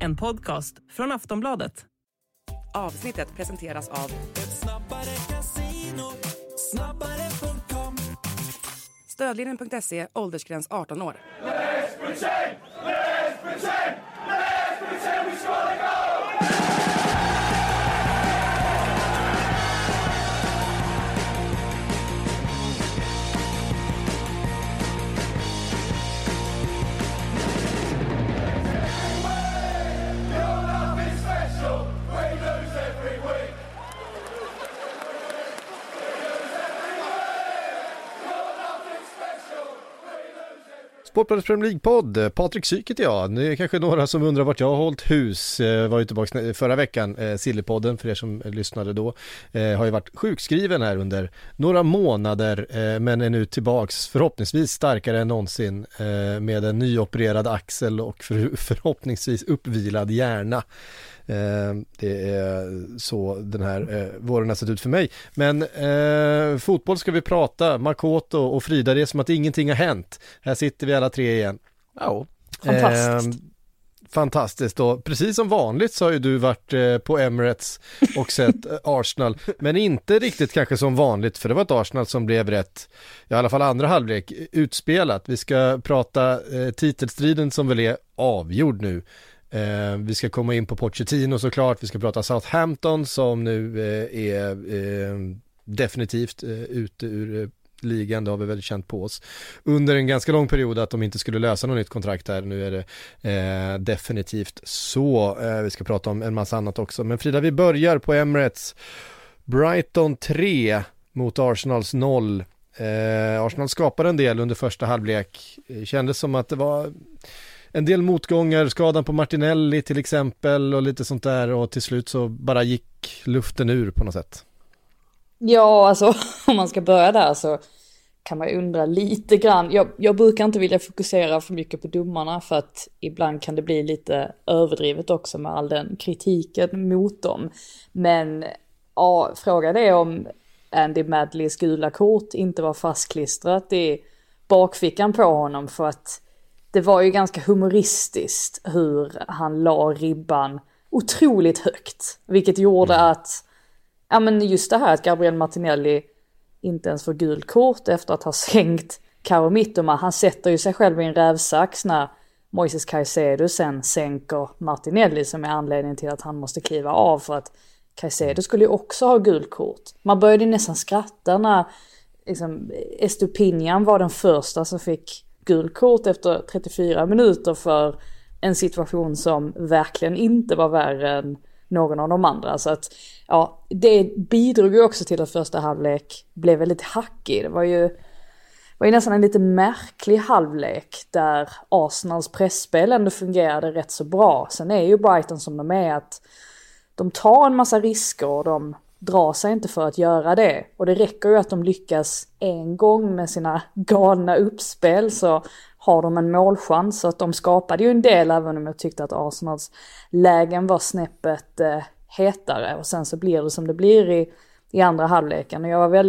en podcast från Aftonbladet. Avsnittet presenteras av Ett snabbare casino, snabbare.com. Stödlinjen.se, åldersgräns 18 år. Sportbladets Premier League-podd, Patrik Syk heter jag. Nu är kanske några som undrar vart jag har hållit hus. Var ju tillbaka förra veckan, Sillypodden för er som lyssnade då. Har ju varit sjukskriven här under några månader, men är nu tillbaks förhoppningsvis starkare än någonsin med en nyopererad axel och förhoppningsvis uppvilad hjärna. Det är så den här våren har sett ut för mig. Men fotboll ska vi prata. Makoto och Frida, det är som att ingenting har hänt. Här sitter vi alla tre igen. Ja, fantastiskt. Fantastiskt. Och precis som vanligt så har ju du varit på Emirates och sett Arsenal. Men inte riktigt kanske som vanligt, för det var ett Arsenal som blev rätt, i alla fall andra halvlek, utspelat. Vi ska prata titelstriden som väl är avgjord nu. Vi ska komma in på Pochettino såklart. Vi ska prata Southampton som nu är definitivt ute ur ligan. Det har vi väl känt på oss under en ganska lång period att de inte skulle lösa något nytt kontrakt där. Nu är det definitivt så. Vi ska prata om en massa annat också. Men Frida, vi börjar på Emirates. Brighton 3 mot Arsenals 0. Arsenal skapade en del under första halvlek. Kändes som att det var en del motgångar, skadan på Martinelli till exempel och lite sånt där, och till slut så bara gick luften ur på något sätt. Ja, alltså om man ska börja där så kan man ju undra lite grann. Jag brukar inte vilja fokusera för mycket på domarna, för att ibland kan det bli lite överdrivet också med all den kritiken mot dem. Men ja, frågan är om Andy Madleys gula kort inte var fastklistrat i bakfickan på honom, för att det var ju ganska humoristiskt hur han la ribban otroligt högt. Vilket gjorde att, ja men just det här att Gabriel Martinelli inte ens får gult kort efter att ha sänkt Karo Mittoma. Han sätter ju sig själv i en rävsax när Moises Caicedo sen sänker Martinelli, som är anledningen till att han måste kliva av, för att Caicedo skulle ju också ha gult kort. Man började nästan skratta när liksom, Estupinian var den första som fick gulkort efter 34 minuter för en situation som verkligen inte var värre än någon av de andra. Så att ja, det bidrog ju också till att första halvlek blev väldigt hackig. Det var ju nästan en lite märklig halvlek där Arsenals pressspel ändå fungerade rätt så bra. Sen är ju Brighton som de är, att de tar en massa risker och de drar sig inte för att göra det. Och det räcker ju att de lyckas en gång med sina galna uppspel, så har de en målchans. Så att de skapade ju en del, även om jag tyckte att Arsenals lägen var snäppet hetare. Och sen så blir det som det blir i andra halvleken. Och jag var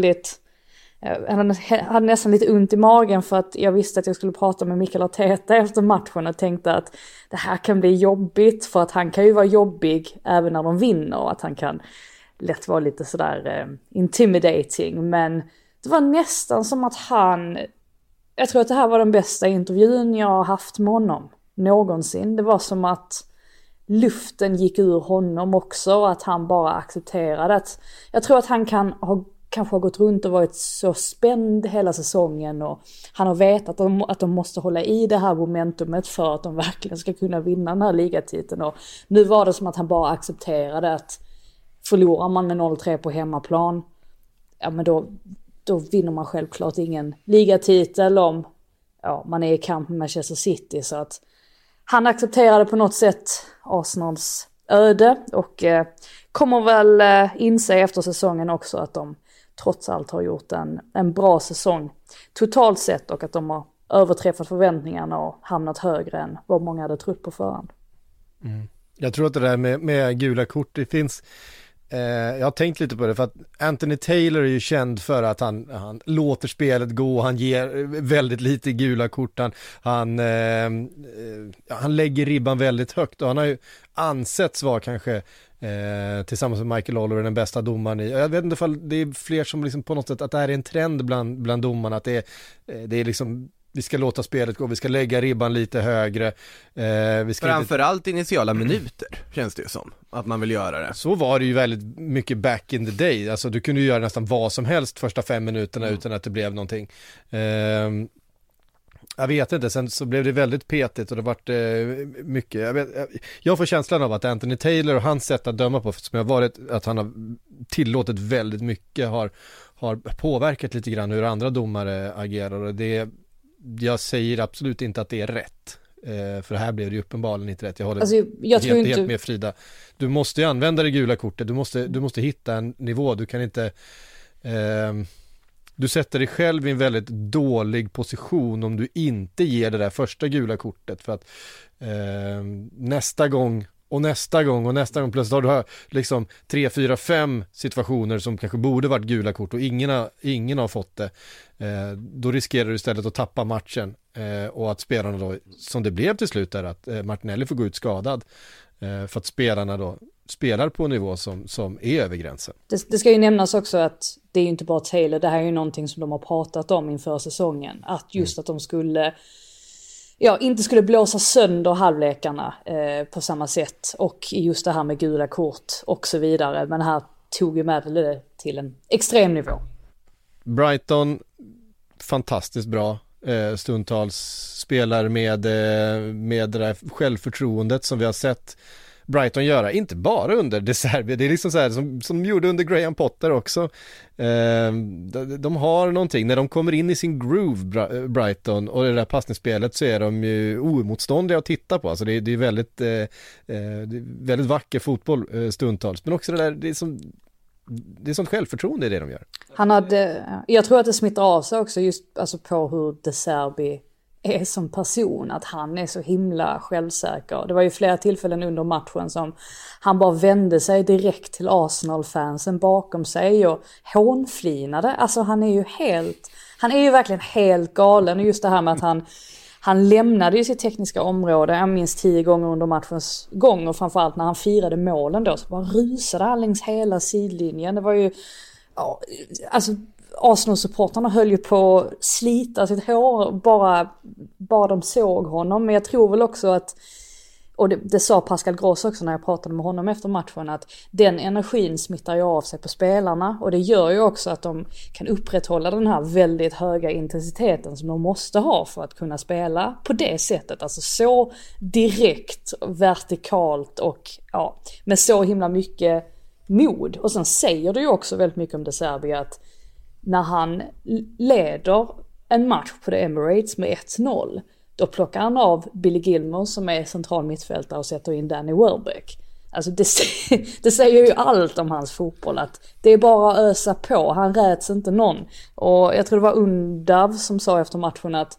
jag hade nästan lite ont i magen, för att jag visste att jag skulle prata med Mikel Arteta efter matchen och tänkte att det här kan bli jobbigt, för att han kan ju vara jobbig även när de vinner, och att han kan lätt vara lite sådär intimidating. Men det var nästan som att jag tror att det här var den bästa intervjun jag har haft med honom någonsin. Det var som att luften gick ur honom också, och att han bara accepterade att, jag tror att han kanske har gått runt och varit så spänd hela säsongen, och han har vetat att de måste hålla i det här momentumet för att de verkligen ska kunna vinna den här ligatiteln. Och nu var det som att han bara accepterade att förlorar man med 0-3 på hemmaplan, ja men då vinner man självklart ingen ligatitel om man är i kamp med Manchester City. Så att han accepterade på något sätt Arsenals öde, och kommer väl inse efter säsongen också att de trots allt har gjort en bra säsong totalt sett, och att de har överträffat förväntningarna och hamnat högre än vad många hade trott på förhand. Jag tror att det där med gula kort, det finns Jag har tänkt lite på det, för att Anthony Taylor är ju känd för att han låter spelet gå, han ger väldigt lite gula kort, han lägger ribban väldigt högt, och han har ju ansetts vara kanske tillsammans med Michael Oliver den bästa domaren i. Jag vet inte ifall det är fler som liksom på något sätt, att det här är en trend bland domarna, att det är liksom, vi ska låta spelet gå, vi ska lägga ribban lite högre. Framförallt initiala minuter känns det ju som att man vill göra det. Så var det ju väldigt mycket back in the day. Alltså du kunde ju göra nästan vad som helst första 5 minuterna utan att det blev någonting. Jag vet inte, sen så blev det väldigt petigt och det vart mycket. Jag får känslan av att Anthony Taylor och hans sätt att döma på, som har varit att han har tillåtit väldigt mycket, har påverkat lite grann hur andra domare agerar, och jag säger absolut inte att det är rätt. För här blev det ju uppenbarligen inte rätt. Jag håller helt med Frida. Du måste ju använda det gula kortet. Du måste hitta en nivå. Du kan inte... du sätter dig själv i en väldigt dålig position om du inte ger det där första gula kortet. För att nästa gång plötsligt har du liksom 3, 4, 5 situationer som kanske borde varit gula kort och ingen har fått det. Då riskerar du istället att tappa matchen, och att spelarna då, som det blev till slut där, att Martinelli får gå ut skadad, för att spelarna då spelar på en nivå som är över gränsen. Det ska ju nämnas också att det är ju inte bara Taylor, det här är ju någonting som de har pratat om inför säsongen, att just att de inte skulle blåsa sönder halvlekarna på samma sätt, och just det här med gula kort och så vidare, men här tog ju med det till en extrem nivå. Brighton, fantastiskt bra stundtals, spelar med det där självförtroendet som vi har sett Brighton göra, inte bara under De Zerbi, det är liksom så här som de gjorde under Graham Potter också. De har någonting, när de kommer in i sin groove, Brighton, och det där passningsspelet, så är de ju oemotståndliga att titta på. Alltså det är väldigt väldigt vacker fotboll stundtals, men också det där, det är sånt självförtroende i det de gör. Jag tror att det smittar av sig också, just alltså på hur De Zerbi är som person, att han är så himla självsäker. Det var ju flera tillfällen under matchen som han bara vände sig direkt till Arsenal-fansen bakom sig och hånflinade. Alltså han är ju verkligen helt galen, och just det här med att han lämnade ju sitt tekniska område, jag minns 10 gånger under matchens gång, och framförallt när han firade målen då, så bara rusade han längs hela sidlinjen. Det var ju, alltså Arsenal-supportarna höll ju på att slita sitt hår bara de såg honom. Men jag tror väl också att, och det sa Pascal Gross också när jag pratade med honom efter matchen, att den energin smittar ju av sig på spelarna, och det gör ju också att de kan upprätthålla den här väldigt höga intensiteten som de måste ha för att kunna spela på det sättet, alltså så direkt, vertikalt och med så himla mycket mod. Och sen säger det ju också väldigt mycket om De Zerbi att när han leder en match på The Emirates med 1-0, då plockar han av Billy Gilmour som är central mittfältare och sätter in Danny Welbeck. Alltså det säger ju allt om hans fotboll, att det är bara att ösa på, han räds inte någon. Och jag tror det var Undav som sa efter matchen att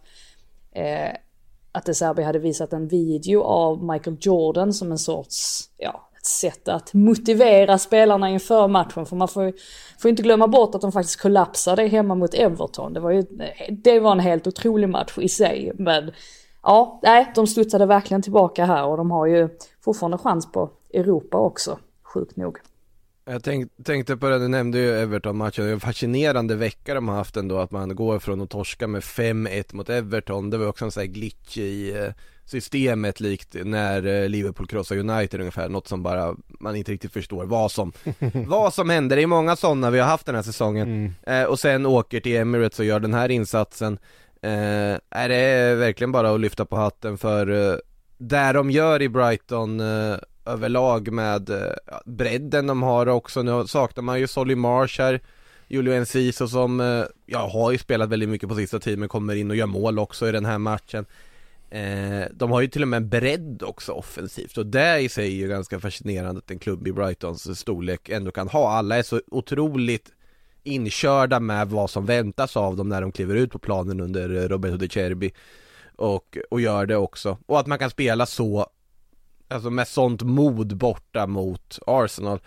De Zerbi hade visat en video av Michael Jordan som en sorts, ett sätt att motivera spelarna inför matchen, för man får inte glömma bort att de faktiskt kollapsade hemma mot Everton. Det var en helt otrolig match i sig, men de studsade verkligen tillbaka här, och de har ju fortfarande chans på Europa också, sjukt nog. Jag tänkte på det, du nämnde ju Everton-matchen. Det är en fascinerande vecka de har haft ändå, att man går från att torska med 5-1 mot Everton. Det var också en sån här glitch i systemet, likt när Liverpool krossar United ungefär. Något som bara man inte riktigt förstår vad som händer. Det är många sådana vi har haft den här säsongen. Och sen åker till Emirates och gör den här insatsen. Är det verkligen bara att lyfta på hatten för där de gör i Brighton överlag, med bredden de har också. Nu saknar man ju Solly Marsh här, Julio Enciso som har ju spelat väldigt mycket på sista tiden, men kommer in och gör mål också i den här matchen. De har ju till och med en bredd också offensivt, och det i sig är ju ganska fascinerande att en klubb i Brightons storlek ändå kan ha. Alla är så otroligt inkörda med vad som väntas av dem när de kliver ut på planen under Roberto De Zerbi, och gör det också. Och att man kan spela så, alltså med sånt mod borta mot Arsenal.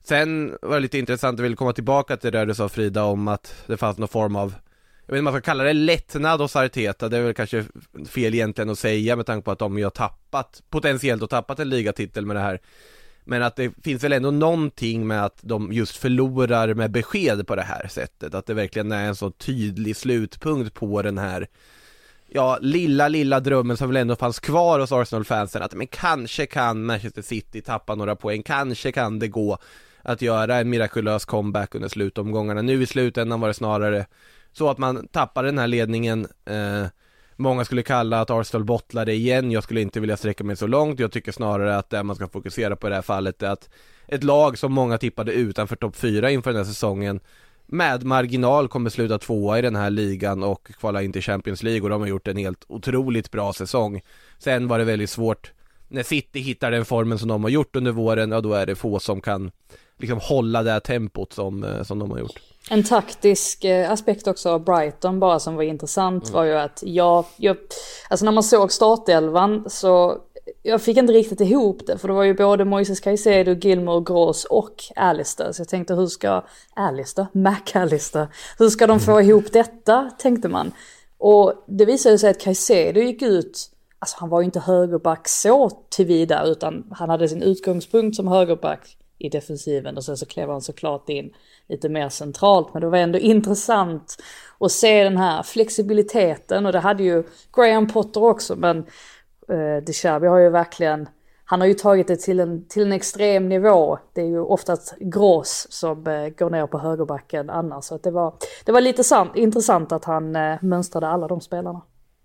Sen var det lite intressant, jag vill komma tillbaka till det du sa Frida om att det fanns någon form av, jag vet inte om man ska kalla det lättnad hos Arteta, det är väl kanske fel egentligen att säga med tanke på att de ju har potentiellt tappat en ligatitel med det här. Men att det finns väl ändå någonting med att de just förlorar med besked på det här sättet. Att det verkligen är en så tydlig slutpunkt på den här lilla drömmen som väl ändå fanns kvar hos Arsenal-fansen. Att men kanske kan Manchester City tappa några poäng. Kanske kan det gå att göra en mirakulös comeback under slutomgångarna. Nu i slutändan var det snarare så att man tappar den här ledningen. Många skulle kalla att Arsenal bottlar det igen. Jag skulle inte vilja sträcka mig så långt. Jag tycker snarare att det man ska fokusera på i det här fallet är att ett lag som många tippade utanför topp 4 inför den här säsongen med marginal kommer sluta 2:a i den här ligan och kvala in till Champions League, och de har gjort en helt otroligt bra säsong. Sen var det väldigt svårt när City hittar den formen som de har gjort under våren, då är det få som kan liksom hålla det här tempot som de har gjort. En taktisk aspekt också av Brighton bara som var intressant var ju att alltså när man såg startelvan så jag fick inte riktigt ihop det, för det var ju både Moises Caicedo, Gilmour, Gross och Alistair. Så jag tänkte, hur ska McAllister, hur ska de få ihop detta, tänkte man. Och det visade sig att Caicedo gick ut, alltså han var ju inte högerback så tillvida, utan han hade sin utgångspunkt som högerback i defensiven, och sen så klev han såklart in lite mer centralt. Men det var ändå intressant att se den här flexibiliteten, och det hade ju Graham Potter också, men De Cherby har ju verkligen, han har ju tagit det till en extrem nivå. Det är ju oftast Gross som går ner på högerbacken annars, så att det var lite intressant att han mönstrade alla de spelarna.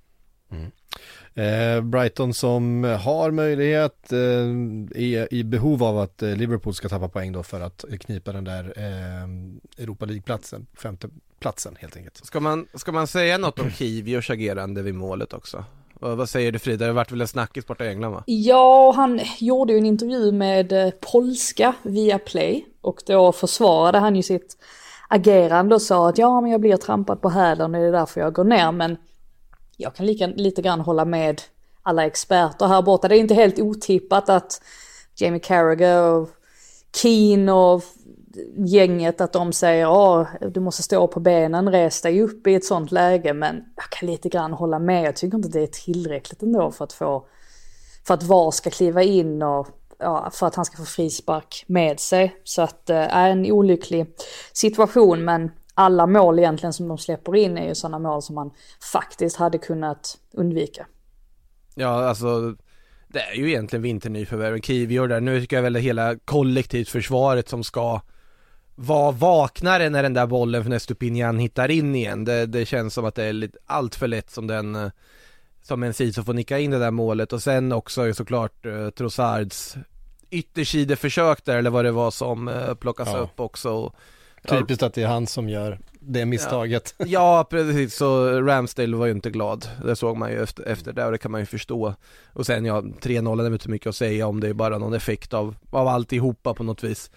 Brighton som har möjlighet är i behov av att Liverpool ska tappa poäng då för att knipa den där Europa League-platsen, 5:e platsen helt enkelt. Ska man säga något om Kiviors agerande vid målet också? Vad säger du Frida? Det har varit väl en snackis borta i England, va? Ja, han gjorde ju en intervju med polska via Play, och då försvarade han ju sitt agerande och sa att men jag blir trampad på hälen och det är därför jag går ner. Men jag kan lite grann hålla med alla experter här borta. Det är inte helt otippat att Jamie Carragher och Keane och gänget, att de säger du måste stå på benen, res dig upp i ett sånt läge. Men jag kan lite grann hålla med. Jag tycker inte det är tillräckligt ändå för att VAR ska kliva in och för att han ska få frispark med sig. Så att det är en olycklig situation, men alla mål egentligen som de släpper in är ju sådana mål som man faktiskt hade kunnat undvika. Ja, alltså det är ju egentligen vinternyförvärv. Kivior där, nu tycker jag väl hela kollektivt försvaret som ska vara vaknare när den där bollen för Estupinian hittar in igen. Det känns som att det är lite allt för lätt som en Ciso får nicka in det där målet. Och sen också ju såklart Trossards yttersideförsök där, eller vad det var som plockas upp också. Typiskt att det är han som gör det misstaget. Ja, precis. Så Ramsdale var ju inte glad. Det såg man ju efter det, och det kan man ju förstå. Och sen 3-0 är inte mycket att säga om, det är bara någon effekt av alltihopa på något vis.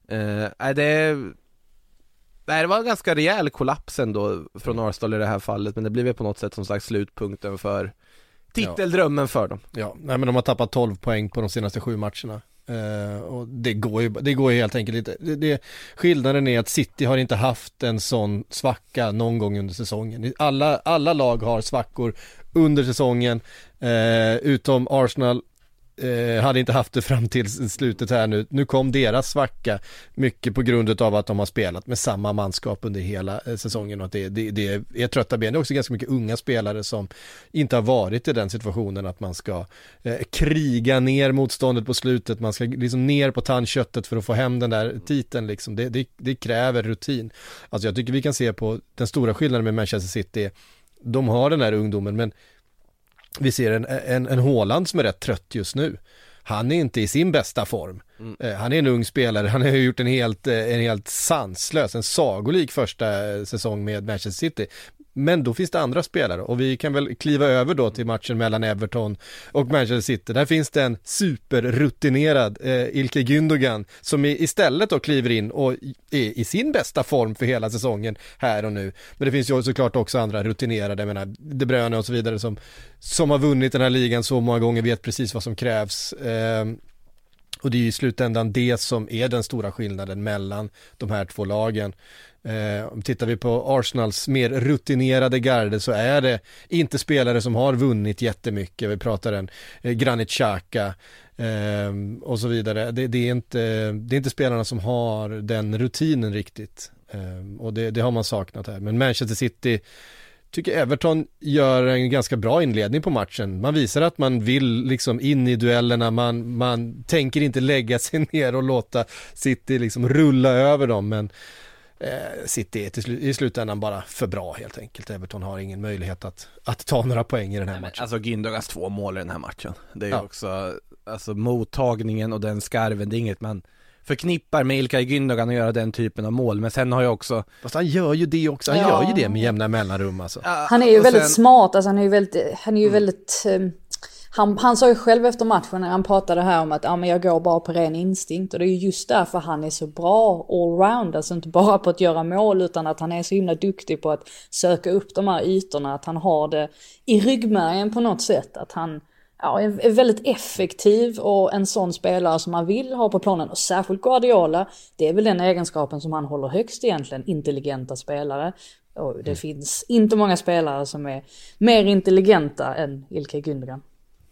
Det var en ganska rejäl kollaps ändå från Arsenal i det här fallet, men det blev på något sätt som sagt slutpunkten för titeldrömmen för dem. Ja, men de har tappat 12 poäng på de senaste 7 matcherna. Och det går ju helt enkelt inte. Skillnaden är att City har inte haft en sån svacka någon gång under säsongen. Alla lag har svackor under säsongen, utom Arsenal hade inte haft det fram till slutet här nu. Nu kom deras svacka mycket på grund av att de har spelat med samma manskap under hela säsongen, och att det är trötta ben. Det är också ganska mycket unga spelare som inte har varit i den situationen att man ska kriga ner motståndet på slutet. Man ska liksom ner på tandköttet för att få hem den där titeln liksom. Det kräver rutin. Alltså jag tycker vi kan se på den stora skillnaden med Manchester City. De har den här ungdomen, men vi ser en Haaland som är rätt trött just nu. Han är inte i sin bästa form. Han är en ung spelare. Han har gjort en helt sanslös, en sagolik första säsong med Manchester City. Men då finns det andra spelare, och vi kan väl kliva över då till matchen mellan Everton och Manchester City. Där finns det en superrutinerad Ilkay Gündogan som istället då kliver in och är i sin bästa form för hela säsongen här och nu. Men det finns ju såklart också andra rutinerade, jag menar De Bruyne och så vidare, som har vunnit den här ligan så många gånger, vet precis vad som krävs. Och det är ju i slutändan det som är den stora skillnaden mellan de här två lagen. Tittar vi på Arsenals mer rutinerade garde så är det inte spelare som har vunnit jättemycket. Vi pratar en Granit Xhaka och så vidare. Det är inte spelarna som har den rutinen riktigt. Och det har man saknat här. Men Manchester City tycker Everton gör en ganska bra inledning på matchen. Man visar att man vill liksom in i duellerna. Man tänker inte lägga sig ner och låta City liksom rulla över dem. Men City är i slutändan bara för bra helt enkelt. Everton har ingen möjlighet att ta några poäng i den här matchen. Alltså Gündogans 2 mål i den här matchen. Det är också, alltså mottagningen och den skarven, det är inget man förknippar med Ilkay Gündogan att göra den typen av mål. Men sen har jag också... Fast han gör ju det också. Han gör ju det med jämna mellanrum alltså. Han är ju väldigt smart. Alltså han är ju väldigt... Han sa ju själv efter matchen när han pratade här om att men jag går bara på ren instinkt. Och det är ju just därför han är så bra allround. Alltså inte bara på att göra mål utan att han är så himla duktig på att söka upp de här ytorna. Att han har det i ryggmärgen på något sätt. Att han är väldigt effektiv och en sån spelare som man vill ha på planen. Och särskilt Guardiola, det är väl den egenskapen som han håller högst egentligen. Intelligenta spelare. Och det finns inte många spelare som är mer intelligenta än Ilkay Gündogan.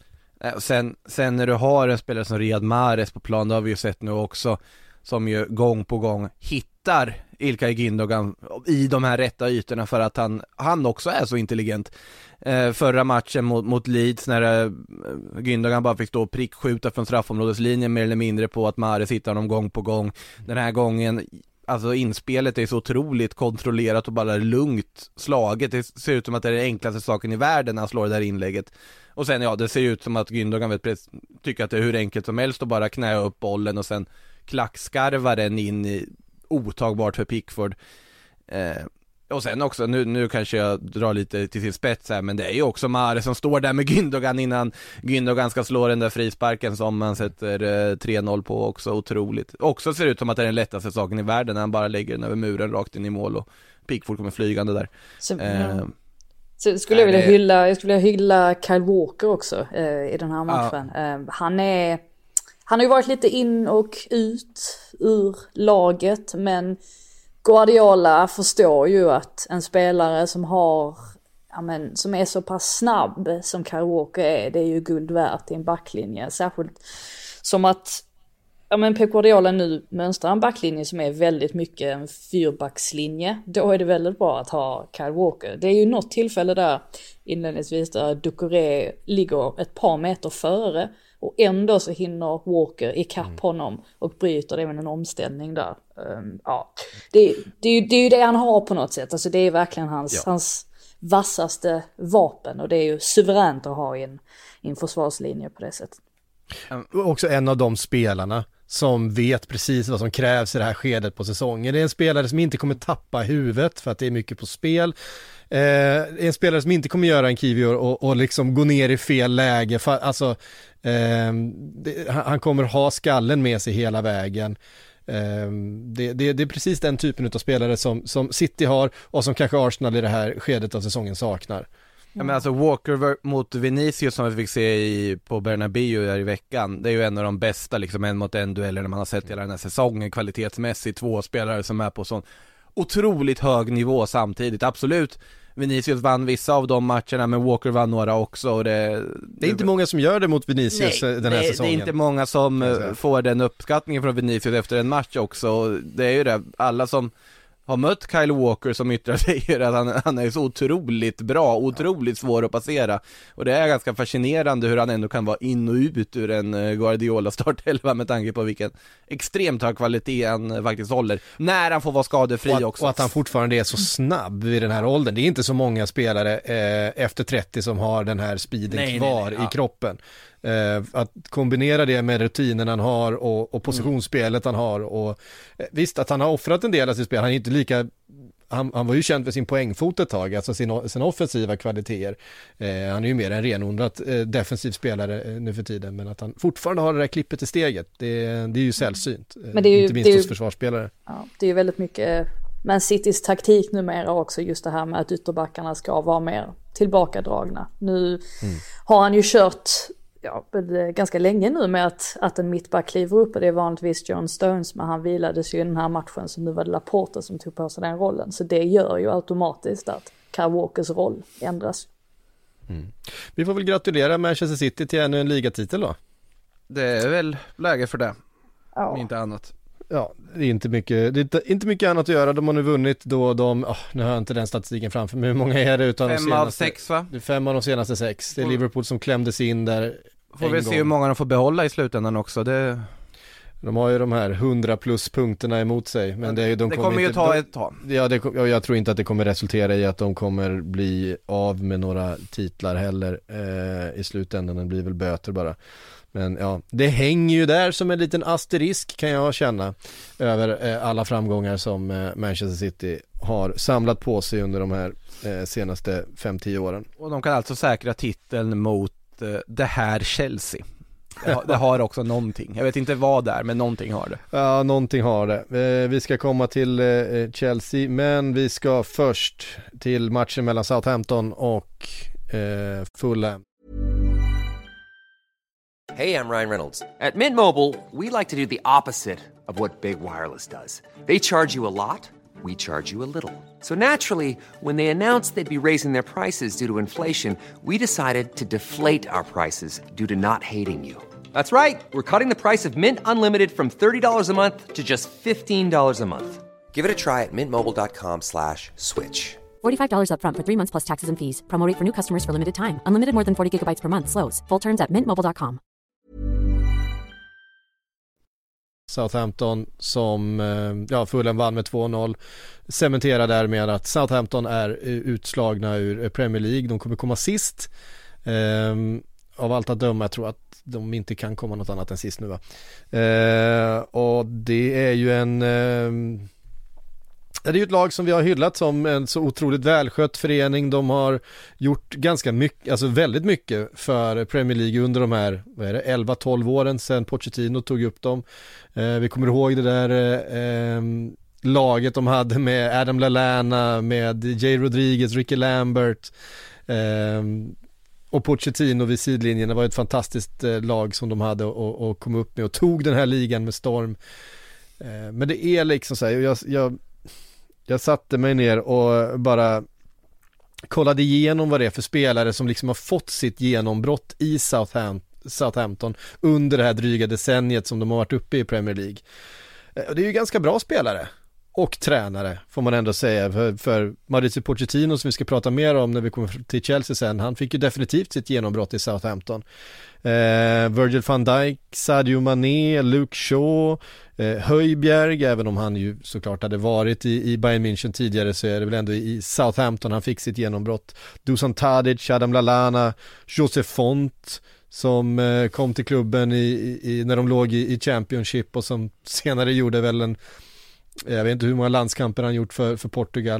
Sen när du har en spelare som Riyad Mahrez på plan, det har vi ju sett nu också, som ju gång på gång hittar Ilkay Gündogan i de här rätta ytorna för att han också är så intelligent. Förra matchen mot Leeds när Gündogan bara fick stå och prickskjuta från straffområdeslinjen mer eller mindre på att Mahrez hittar honom gång på gång. Den här gången, alltså inspelet är så otroligt kontrollerat och bara lugnt slaget. Det ser ut som att det är den enklaste saken i världen när han slår det där inlägget. Och sen det ser ut som att Gündogan tycker att det är hur enkelt som helst att bara knäa upp bollen och sen klackskarva den in i otagbart för Pickford. Och sen också, nu kanske jag drar lite till sin spets här, men det är ju också Mahrez som står där med Gündogan innan Gündogan ska slå den där frisparken som man sätter 3-0 på, också otroligt. Också ser ut som att det är den lättaste saken i världen när han bara lägger den över muren rakt in i mål och Pickford kommer flygande där. Så skulle jag vilja hylla Kyle Walker också i den här matchen. Han har ju varit lite in och ut ur laget, men Guardiola förstår ju att en spelare som som är så pass snabb som Kyle Walker är, det är ju guld värt i en backlinje. Särskilt som att Pep Guardiola nu mönstrar en backlinje som är väldigt mycket en fyrbackslinje. Då är det väldigt bra att ha Kyle Walker. Det är ju något tillfälle där inledningsvis där Doucouré ligger ett par meter före och ändå så hinner Walker ikapp honom och bryter det med en omställning där. Det är ju det han har på något sätt. Alltså det är verkligen hans vassaste vapen och det är ju suveränt att ha i en försvarslinje på det sättet. Också en av de spelarna som vet precis vad som krävs i det här skedet på säsongen. Det är en spelare som inte kommer tappa huvudet för att det är mycket på spel. En spelare som inte kommer göra en Kiwior och liksom gå ner i fel läge. Han kommer ha skallen med sig hela vägen. Det är precis den typen av spelare som City har och som kanske Arsenal i det här skedet av säsongen saknar. Ja, men alltså Walker mot Vinicius som vi fick se på Bernabéu här i veckan, det är ju en av de bästa liksom, en mot en dueller när man har sett hela den här säsongen kvalitetsmässigt. 2 spelare som är på sån otroligt hög nivå samtidigt. Absolut, Vinicius vann vissa av de matcherna, men Walker vann några också. Och det är inte många som gör det mot Vinicius den här säsongen. Det är inte många som får den uppskattningen från Vinicius efter en match också. Det är ju det, alla som har mött Kyle Walker som yttrar sig att han är så otroligt bra, otroligt svår att passera. Och det är ganska fascinerande hur han ändå kan vara in och ut ur en Guardiola startelva med tanke på vilken extremt hög kvalitet han faktiskt håller. När han får vara skadefri också. Och att han fortfarande är så snabb vid den här åldern. Det är inte så många spelare efter 30 som har den här speeden kvar i kroppen. Att kombinera det med rutinen han har och positionsspelet han har och visst att han har offrat en del av sitt spel, han är inte lika han var ju känd för sin poängfot ett tag, alltså sina offensiva kvaliteter. Han är ju mer en renodlat defensiv spelare nu för tiden, men att han fortfarande har det där klippet i steget, det är ju sällsynt. Men det är ju, inte minst hos försvarsspelare. Ja, det är ju väldigt mycket Man Citys taktik numera också, just det här med att ytterbackarna ska vara mer tillbakadragna. Nu har han ju kört ganska länge nu med att en mittback kliver upp, och det är vanligtvis John Stones, men han vilades ju i den här matchen, så nu var det Laporta som tog på sig den rollen. Så det gör ju automatiskt att Kyle Walkers roll ändras. Vi får väl gratulera Manchester City till ännu en ligatitel då. Det är väl läge för det, Ja. inte annat. Ja, det är inte mycket annat att göra. De har nu vunnit då nu har jag inte den statistiken framför mig. Hur många är det utan 5 av 6 va? Det är 5 av de senaste 6. Det är Liverpool som klämdes in där. Får vi se hur många de får behålla i slutändan också. De har ju de här 100 plus punkterna emot sig, men det är ju det kommer ju ta ett tag. Ja, jag tror inte att det kommer resultera i att de kommer bli av med några titlar heller i slutändan. Det blir väl böter bara. Men ja, det hänger ju där som en liten asterisk, kan jag känna, över alla framgångar som Manchester City har samlat på sig under de här senaste 5-10 åren. Och de kan alltså säkra titeln mot det här Chelsea. Det har också någonting. Jag vet inte vad det är, men någonting har det. Ja, någonting har det. Vi ska komma till Chelsea, men vi ska först till matchen mellan Southampton och Fulham. Hey, I'm Ryan Reynolds. At Mint Mobile, we like to do the opposite of what Big Wireless does. They charge you a lot, we charge you a little. So naturally, when they announced they'd be raising their prices due to inflation, we decided to deflate our prices due to not hating you. That's right. We're cutting the price of Mint Unlimited from $30 a month to just $15 a month. Give it a try at mintmobile.com/switch. $45 up front for 3 months plus taxes and fees. Promo rate for new customers for limited time. Unlimited more than 40 gigabytes per month slows. Full terms at mintmobile.com. Southampton som Fulham vann med 2-0, cementerar därmed att Southampton är utslagna ur Premier League. De kommer komma sist av allt att döma. Jag tror att de inte kan komma något annat än sist nu, va? Och det är ju det är ju ett lag som vi har hyllat som en så otroligt välskött förening. De har gjort ganska mycket, alltså väldigt mycket för Premier League under de här 11-12 åren sedan Pochettino tog upp dem. Vi kommer ihåg det där laget de hade med Adam Lallana, med Jay Rodriguez, Ricky Lambert och Pochettino vid sidlinjen. Det var ett fantastiskt lag som de hade och kom upp med och tog den här ligan med storm. Men det är liksom så här, jag satte mig ner och bara kollade igenom vad det är för spelare som liksom har fått sitt genombrott i Southampton under det här dryga decenniet som de har varit uppe i Premier League. Det är ju ganska bra spelare och tränare, får man ändå säga, för Mauricio Pochettino, som vi ska prata mer om när vi kommer till Chelsea sen, han fick ju definitivt sitt genombrott i Southampton. Virgil van Dijk, Sadio Mané, Luke Shaw, Højbjerg, även om han ju såklart hade varit i Bayern München tidigare, så är det väl ändå i Southampton han fick sitt genombrott. Dusan Tadic, Adam Lallana, Joseph Font, som kom till klubben när de låg i Championship och som senare gjorde väl jag vet inte hur många landskamper han gjort för Portugal,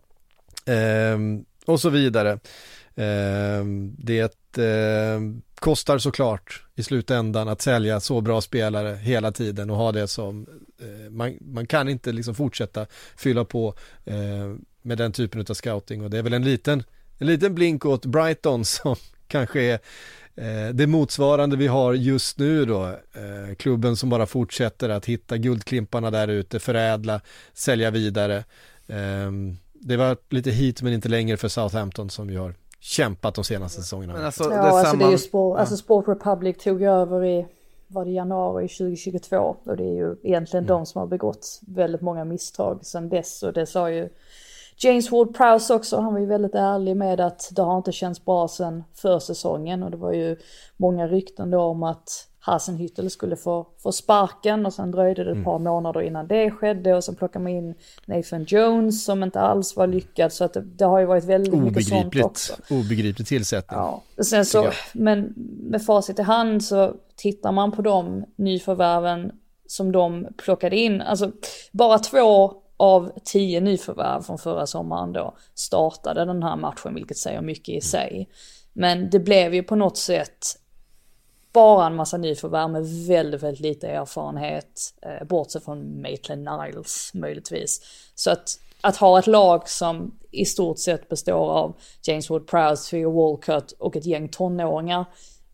och så vidare. Det kostar såklart i slutändan att sälja så bra spelare hela tiden och ha det som man kan inte liksom fortsätta fylla på med den typen av scouting, och det är väl en liten blink åt Brighton som kanske är det motsvarande vi har just nu då, klubben som bara fortsätter att hitta guldklimparna där ute, förädla, sälja vidare. Det var lite hit men inte längre för Southampton som vi har kämpat de senaste säsongerna. Men alltså, det är ju Sport Republic tog över i januari 2022, och det är ju egentligen de som har begått väldigt många misstag sedan dess, och det sa ju James Ward-Prowse också. Han var ju väldigt ärlig med att det har inte känts bra sedan försäsongen, och det var ju många rykten då om att Hasenhüttl skulle få sparken, och sen dröjde det ett par månader innan det skedde, och sen plockade man in Nathan Jones som inte alls var lyckad, så att det har ju varit väldigt mycket sånt också. Obegripligt tillsättning. Ja. Sen så, men med facit i hand så tittar man på de nyförvärven som de plockade in, alltså bara 2 av 10 nyförvärv från förra sommaren då startade den här matchen, vilket säger mycket i sig. Men det blev ju på något sätt bara en massa nyförvärv med väldigt, väldigt lite erfarenhet, bortsett från Maitland Niles möjligtvis. Så att ha ett lag som i stort sett består av James Ward-Prowse, Theo Walcott och ett gäng tonåringar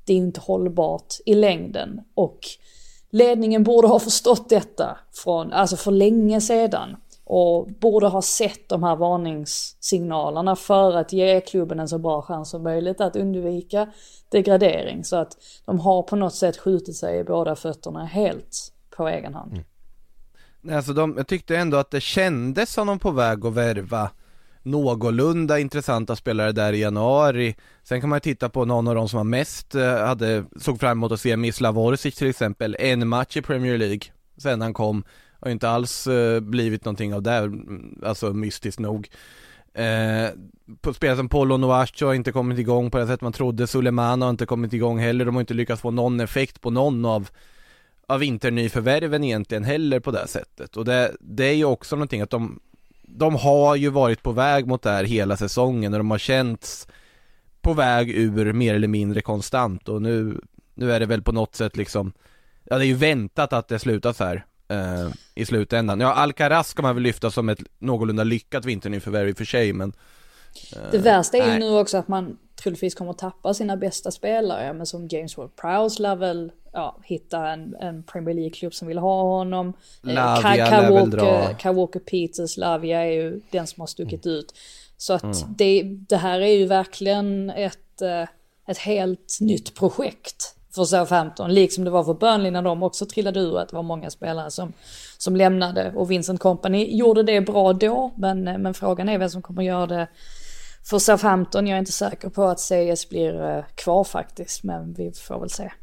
det är inte hållbart i längden. Och ledningen borde ha förstått detta för länge sedan. Och borde ha sett de här varningssignalerna för att ge klubben en så bra chans som möjligt att undvika degradering. Så att de har på något sätt skjutit sig i båda fötterna helt på egen hand. Alltså jag tyckte ändå att det kändes som de på väg att värva någorlunda intressanta spelare där i januari. Sen kan man titta på någon av de som var mest såg fram emot att se Mislav Orsic till exempel, en match i Premier League sen han kom, och inte alls blivit någonting av det, alltså mystiskt nog. På spelare som Polo Noacho har inte kommit igång på det sätt man trodde, Suleiman har inte kommit igång heller, de har inte lyckats få någon effekt på någon av internyförvärven egentligen heller på det sättet. Och det är ju också någonting att de har ju varit på väg mot det här hela säsongen och de har känts på väg ur mer eller mindre konstant, och nu är det väl på något sätt liksom, ja, det är ju väntat att det slutar så här i slutändan. Ja, Alcaraz ska man väl lyfta som ett någorlunda lyckat vinternyförvärv i och för sig, men det värsta är ju nu också att man troligtvis kommer att tappa sina bästa spelare, men som James Ward-Prowse lär väl hitta en Premier League-klubb som vill ha honom. Kyle Walker-Peters, Lavia är ju den som har stuckit ut. Så att det här är ju verkligen ett helt nytt projekt för Southampton, liksom det var för Burnley när de också trillade ur, att det var många spelare som lämnade, och Vincent Kompany gjorde det bra då, men frågan är vem som kommer göra det för Southampton. Jag är inte säker på att CS blir kvar faktiskt, men vi får väl se.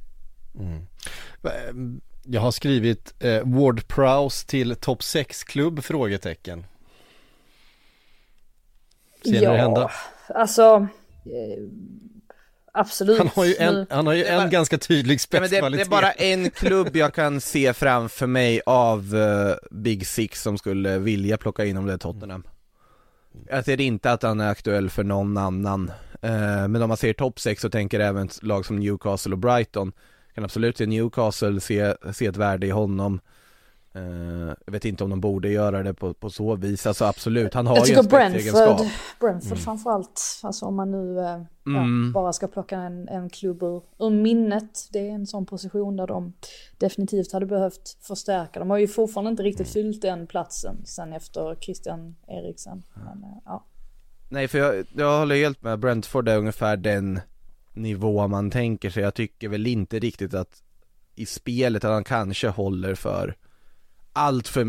Jag har skrivit Ward-Prowse till topp 6-klubb, frågetecken. Ser det hända? Alltså absolut. Han har ju en ganska tydlig spetskvalitet. Det är bara en klubb jag kan se framför mig av Big Six som skulle vilja plocka in om det är Tottenham. Jag ser inte att han är aktuell för någon annan. Men om man ser topp 6 så tänker även lag som Newcastle och Brighton. Kan absolut se Newcastle, se ett värde i honom. Jag vet inte om de borde göra det på så vis. Alltså absolut, han har ju en spetsegenskap. Brentford framförallt. Alltså om man nu bara ska plocka en klubb ur minnet. Det är en sån position där de definitivt hade behövt förstärka. De har ju fortfarande inte riktigt fyllt den platsen sen efter Christian Eriksen. Men, Nej, för jag håller helt med. Brentford är ungefär den nivå man tänker sig. Jag tycker väl inte riktigt att i spelet att han kanske håller för allt för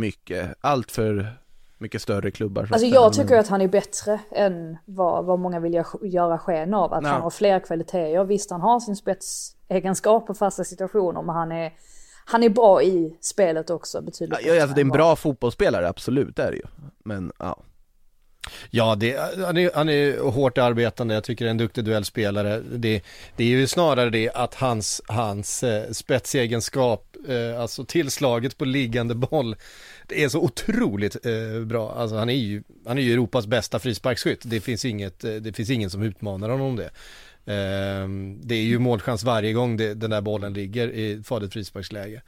mycket större klubbar. Alltså jag tycker att han är bättre än vad många vill göra sken av. Att han har fler kvaliteter. Visst, han har sin spetsegenskap på fasta situationer, men han är bra i spelet också. Betydligt alltså det är en bra fotbollsspelare, absolut är det ju. Men Ja, han är hårt arbetande. Jag tycker det är en duktig duellspelare. Det är ju snarare det att hans spetsegenskap, alltså tillslaget på liggande boll, det är så otroligt bra. Alltså han är ju Europas bästa frisparksskytt. Det finns ingen som utmanar honom om det. Det är ju målchans varje gång den där bollen ligger i farligt frisparksläge.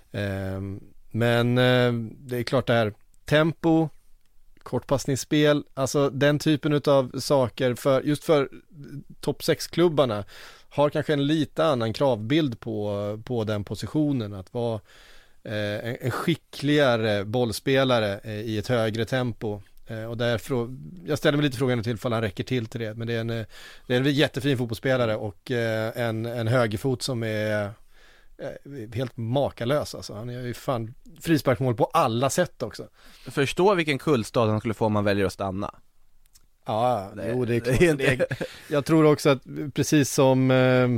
Men det är klart det här tempo, kortpassningsspel, alltså den typen av saker för topp 6-klubbarna har kanske en lite annan kravbild på den positionen, att vara en skickligare bollspelare i ett högre tempo. Och därför, jag ställer mig lite frågan till ifall han räcker till det, men det är en jättefin fotbollsspelare och en högerfot som är helt makalös. Alltså. Han är ju fan frisparksmål på alla sätt också. Förstå vilken kullstad han skulle få om man väljer att stanna. Ja, det är klart. Jag tror också att precis som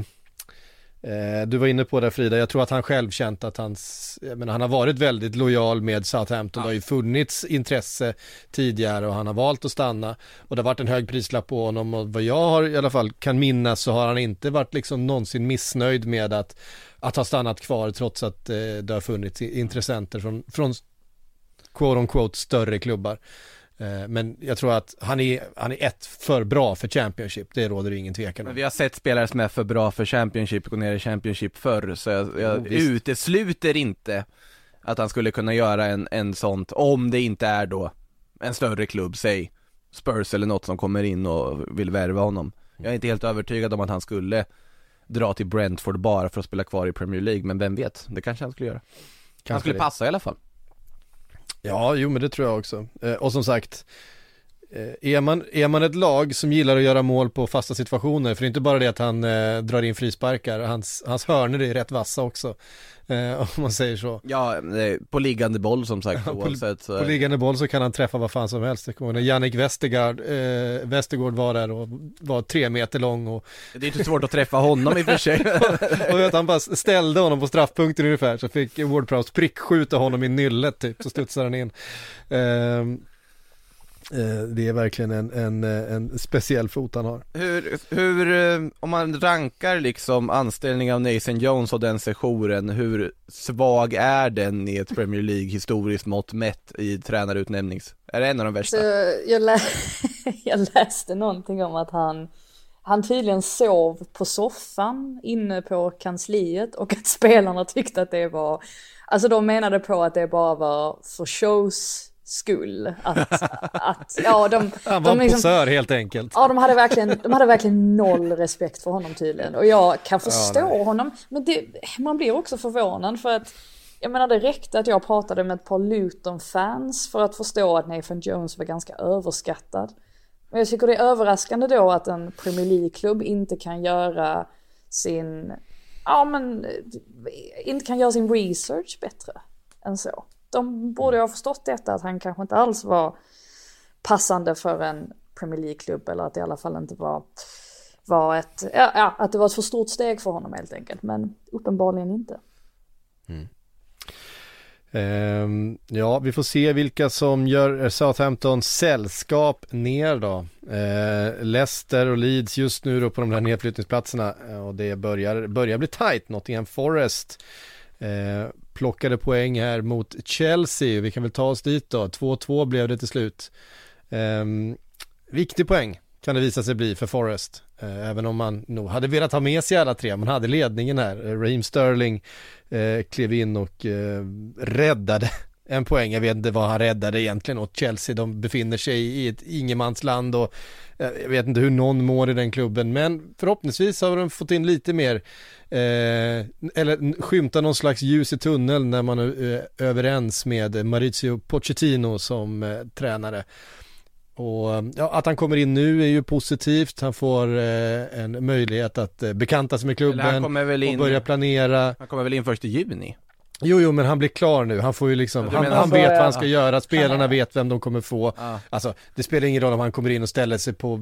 du var inne på där, Frida, jag tror att han själv känt att han har varit väldigt lojal med Southampton. Det har ju funnits intresse tidigare och han har valt att stanna, och det har varit en hög prislapp på honom, och vad jag har i alla fall kan minnas så har han inte varit liksom någonsin missnöjd med att ha stannat kvar, trots att det har funnits intressenter från quote on quote större klubbar. Men jag tror att han är ett för bra för Championship. Det råder ingen tvekan om. Men vi har sett spelare som är för bra för Championship gå ner i Championship förr, så jag utesluter inte att han skulle kunna göra en sånt, om det inte är då en större klubb, säg Spurs eller något, som kommer in och vill värva honom. Jag är inte helt övertygad om att han skulle dra till Brentford bara för att spela kvar i Premier League, men vem vet, det kanske han skulle göra. Han skulle passa i alla fall. Ja, jo men det tror jag också. Och som sagt, är man ett lag som gillar att göra mål på fasta situationer, för det är inte bara det att han drar in frisparkar, hans hörnor är rätt vassa också, om man säger så. Ja, på liggande boll som sagt. Oavsett, på liggande boll så kan han träffa vad fan som helst. När Jannik Vestergaard var där och var 3 meter lång. Och det är inte svårt att träffa honom i och för sig. och vet, han bara ställde honom på straffpunkten ungefär, så fick Ward-Prowse prickskjuta honom i nyllet typ, så studsar han in. Det är verkligen en speciell fot han har. Hur om man rankar liksom anställning av Nathan Jones och den sessionen, hur svag är den i ett Premier League historiskt mått mätt i tränarutnämnings? Är det en av de värsta? Jag läste någonting om att han tydligen sov på soffan inne på kansliet och att spelarna tyckte att det var, alltså de menade på att det bara var för shows skull, att ja, han var en posör helt enkelt. Ja, de hade verkligen noll respekt för honom tydligen, och jag kan förstå honom, men man blir också förvånad, för att jag menar, det räckte att jag pratade med ett par Luton-fans för att förstå att Nathan Jones var ganska överskattad. Men jag tycker det är överraskande då att en Premier League-klubb inte kan göra sin research bättre än så. De borde ha förstått detta, att han kanske inte alls var passande för en Premier League-klubb, eller att det i alla fall inte var att det var ett för stort steg för honom helt enkelt, men uppenbarligen inte. Ja, vi får se vilka som gör Southampton sällskap ner då. Leicester och Leeds just nu då på de här nedflyttningsplatserna, och det börjar bli tight. Nottingham Forest plockade poäng här mot Chelsea. Vi kan väl ta oss dit då. 2-2 blev det till slut. Viktig poäng kan det visa sig bli för Forest. Även om man nog hade velat ha med sig alla 3. Man hade ledningen här. Raheem Sterling klev in och räddade en poäng. Jag vet inte vad han räddade egentligen åt Chelsea. De befinner sig i ett ingenmansland, och jag vet inte hur någon mår i den klubben, men förhoppningsvis har de fått in lite mer eller skymta någon slags ljus i tunneln när man är överens med Mauricio Pochettino som tränare. Och ja, att han kommer in nu är ju positivt. Han får en möjlighet att bekanta sig med klubben och börja planera. Han kommer väl in först i juni? Jo, men han blir klar nu. Han får ju liksom, han vet vad han ska göra. Spelarna vet vem de kommer få. Alltså, det spelar ingen roll om han kommer in och ställer sig på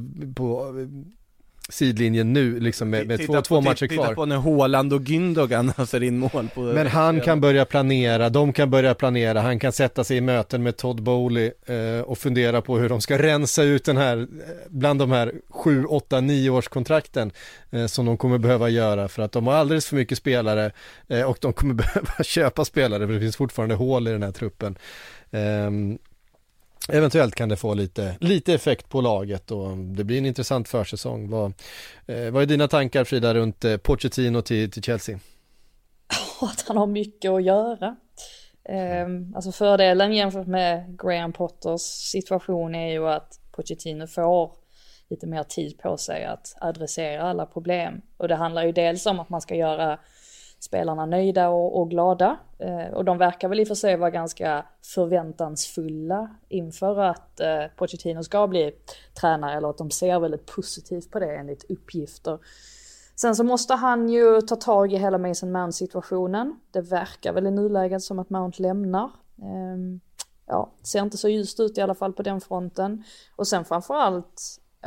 sidlinjen nu liksom med två matcher kvar. Titta på när Haaland och Gündogan ser in mål på. Men han kan börja planera, de kan börja planera, han kan sätta sig i möten med Todd Bowley och fundera på hur de ska rensa ut den här, bland de här 7, 8, 9 års kontrakten som de kommer behöva göra, för att de har alldeles för mycket spelare och de kommer behöva köpa spelare, för det finns fortfarande hål i den här truppen. Eventuellt kan det få lite effekt på laget, och det blir en intressant försäsong. Vad är dina tankar, Frida, runt Pochettino till Chelsea? Att han har mycket att göra. Alltså fördelen jämfört med Graham Potters situation är ju att Pochettino får lite mer tid på sig att adressera alla problem. Och det handlar ju dels om att man ska göra spelarna nöjda och glada. Och de verkar väl i och för sig vara ganska förväntansfulla inför att Pochettino ska bli tränare, eller att de ser väldigt positivt på det enligt uppgifter. Sen så måste han ju ta tag i hela Mason Mount-situationen. Det verkar väl i nuläget som att Mount lämnar. Ser inte så ljust ut i alla fall på den fronten. Och sen framförallt,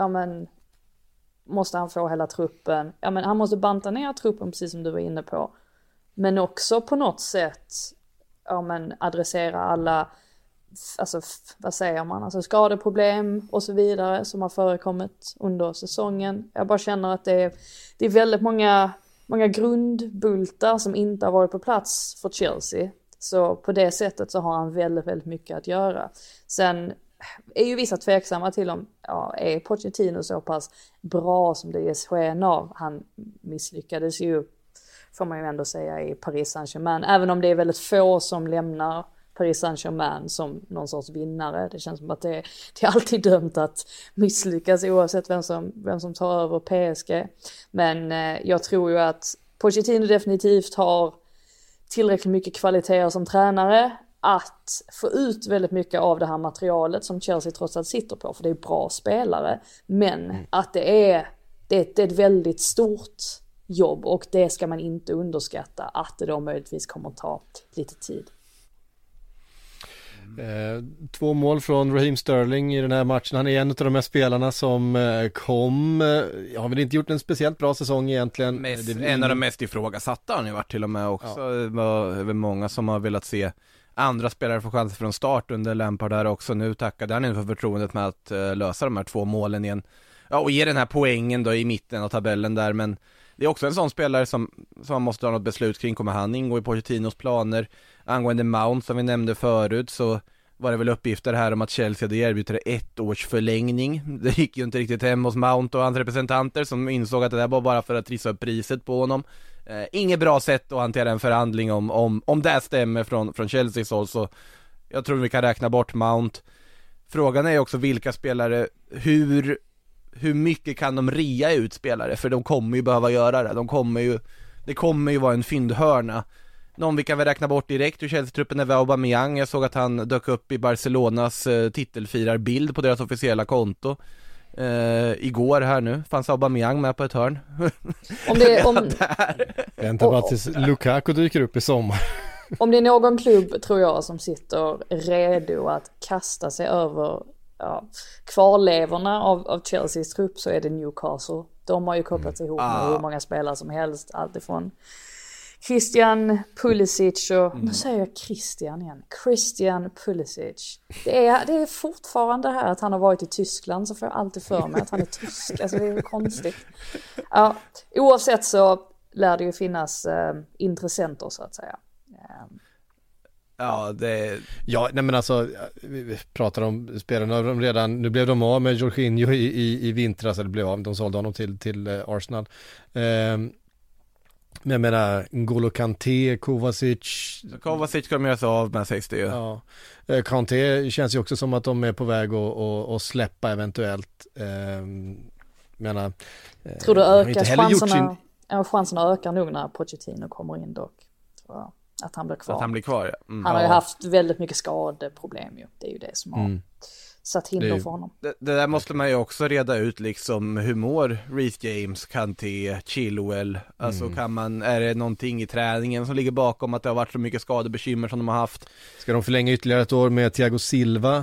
måste han få hela truppen. Han måste banta ner truppen, precis som du var inne på. Men också på något sätt adressera alla, alltså vad säger man, alltså skadeproblem och så vidare som har förekommit under säsongen. Jag bara känner att det är väldigt många grundbultar som inte har varit på plats för Chelsea. Så på det sättet så har han väldigt, väldigt mycket att göra. Sen är ju vissa tveksamma till om är Pochettino så pass bra som det ges sken av. Han misslyckades ju, får man ju ändå säga, i Paris Saint-Germain. Även om det är väldigt få som lämnar Paris Saint-Germain som någon sorts vinnare. Det känns som att det är alltid dömt att misslyckas oavsett vem som tar över PSG. Men jag tror ju att Pochettino definitivt har tillräckligt mycket kvaliteter som tränare att få ut väldigt mycket av det här materialet som Chelsea trots allt sitter på, för det är bra spelare, men att det är ett väldigt stort jobb och det ska man inte underskatta, att det då möjligtvis kommer att ta lite tid. 2 mål från Raheem Sterling i den här matchen. Han är en av de här spelarna som har väl inte gjort en speciellt bra säsong egentligen. En av de mest ifrågasatta har han ju varit till och med också. Ja. Det var väl många som har velat se andra spelare få chanser från start under Lampard där också. Nu tackade han för förtroendet med att lösa de här 2 målen igen. Ja, och ge den här poängen då i mitten av tabellen där, men det är också en sån spelare som man måste ha något beslut kring. Kommer han ingå i Pochettinos planer? Angående Mount som vi nämnde förut, så var det väl uppgifter här om att Chelsea hade erbjudit 1 års förlängning. Det gick ju inte riktigt hem hos Mount och hans representanter som insåg att det där var bara för att trissa upp priset på honom. Inget bra sätt att hantera en förhandling om det stämmer från Chelseas håll, så jag tror vi kan räkna bort Mount. Frågan är också vilka spelare, hur mycket kan de ria ut spelare, för de kommer ju behöva göra det. Det kommer ju vara en fyndhörna. Någon vi kan väl räkna bort direkt ur Chelsea-truppen är Aubameyang. Jag såg att han dök upp i Barcelonas titelfirarbild på deras officiella konto igår här nu. Fanns Aubameyang med på ett hörn. Vänta bara tills Lukaku dyker upp i sommar. Om det är någon klubb, tror jag, som sitter redo att kasta sig över kvarlevorna av Chelseas trupp, så är det Newcastle. De har ju kopplats ihop med hur många spelare som helst, alltifrån Christian Pulisic och nu säger jag Christian Pulisic. Det är fortfarande här att han har varit i Tyskland, så får jag alltid för mig att han är tysk. Alltså det är konstigt. Ja, oavsett så lär det ju finnas intressenter så att säga. Nej men alltså, vi pratar om spelarna redan, nu blev de av med Jorginho i vintras, eller blev av, de sålde honom till Arsenal. Men jag menar, N'Golo Kanté, Kovacic kommer göra sig av med, sägs det ju. Ja. Kanté känns ju också som att de är på väg att släppa eventuellt. Tror du ökar chanserna ökar nog när Pochettino kommer in dock, tror jag. Att han blir kvar. Att han blir kvar, ja. Han har ju haft väldigt mycket skadeproblem ju. Det är ju det som har satt hinder för honom. Det där måste man ju också reda ut, liksom, hur mår Reece James, Kanté, Chilwell? Alltså är det någonting i träningen som ligger bakom att det har varit så mycket skadebekymmer som de har haft? Ska de förlänga ytterligare ett år med Thiago Silva?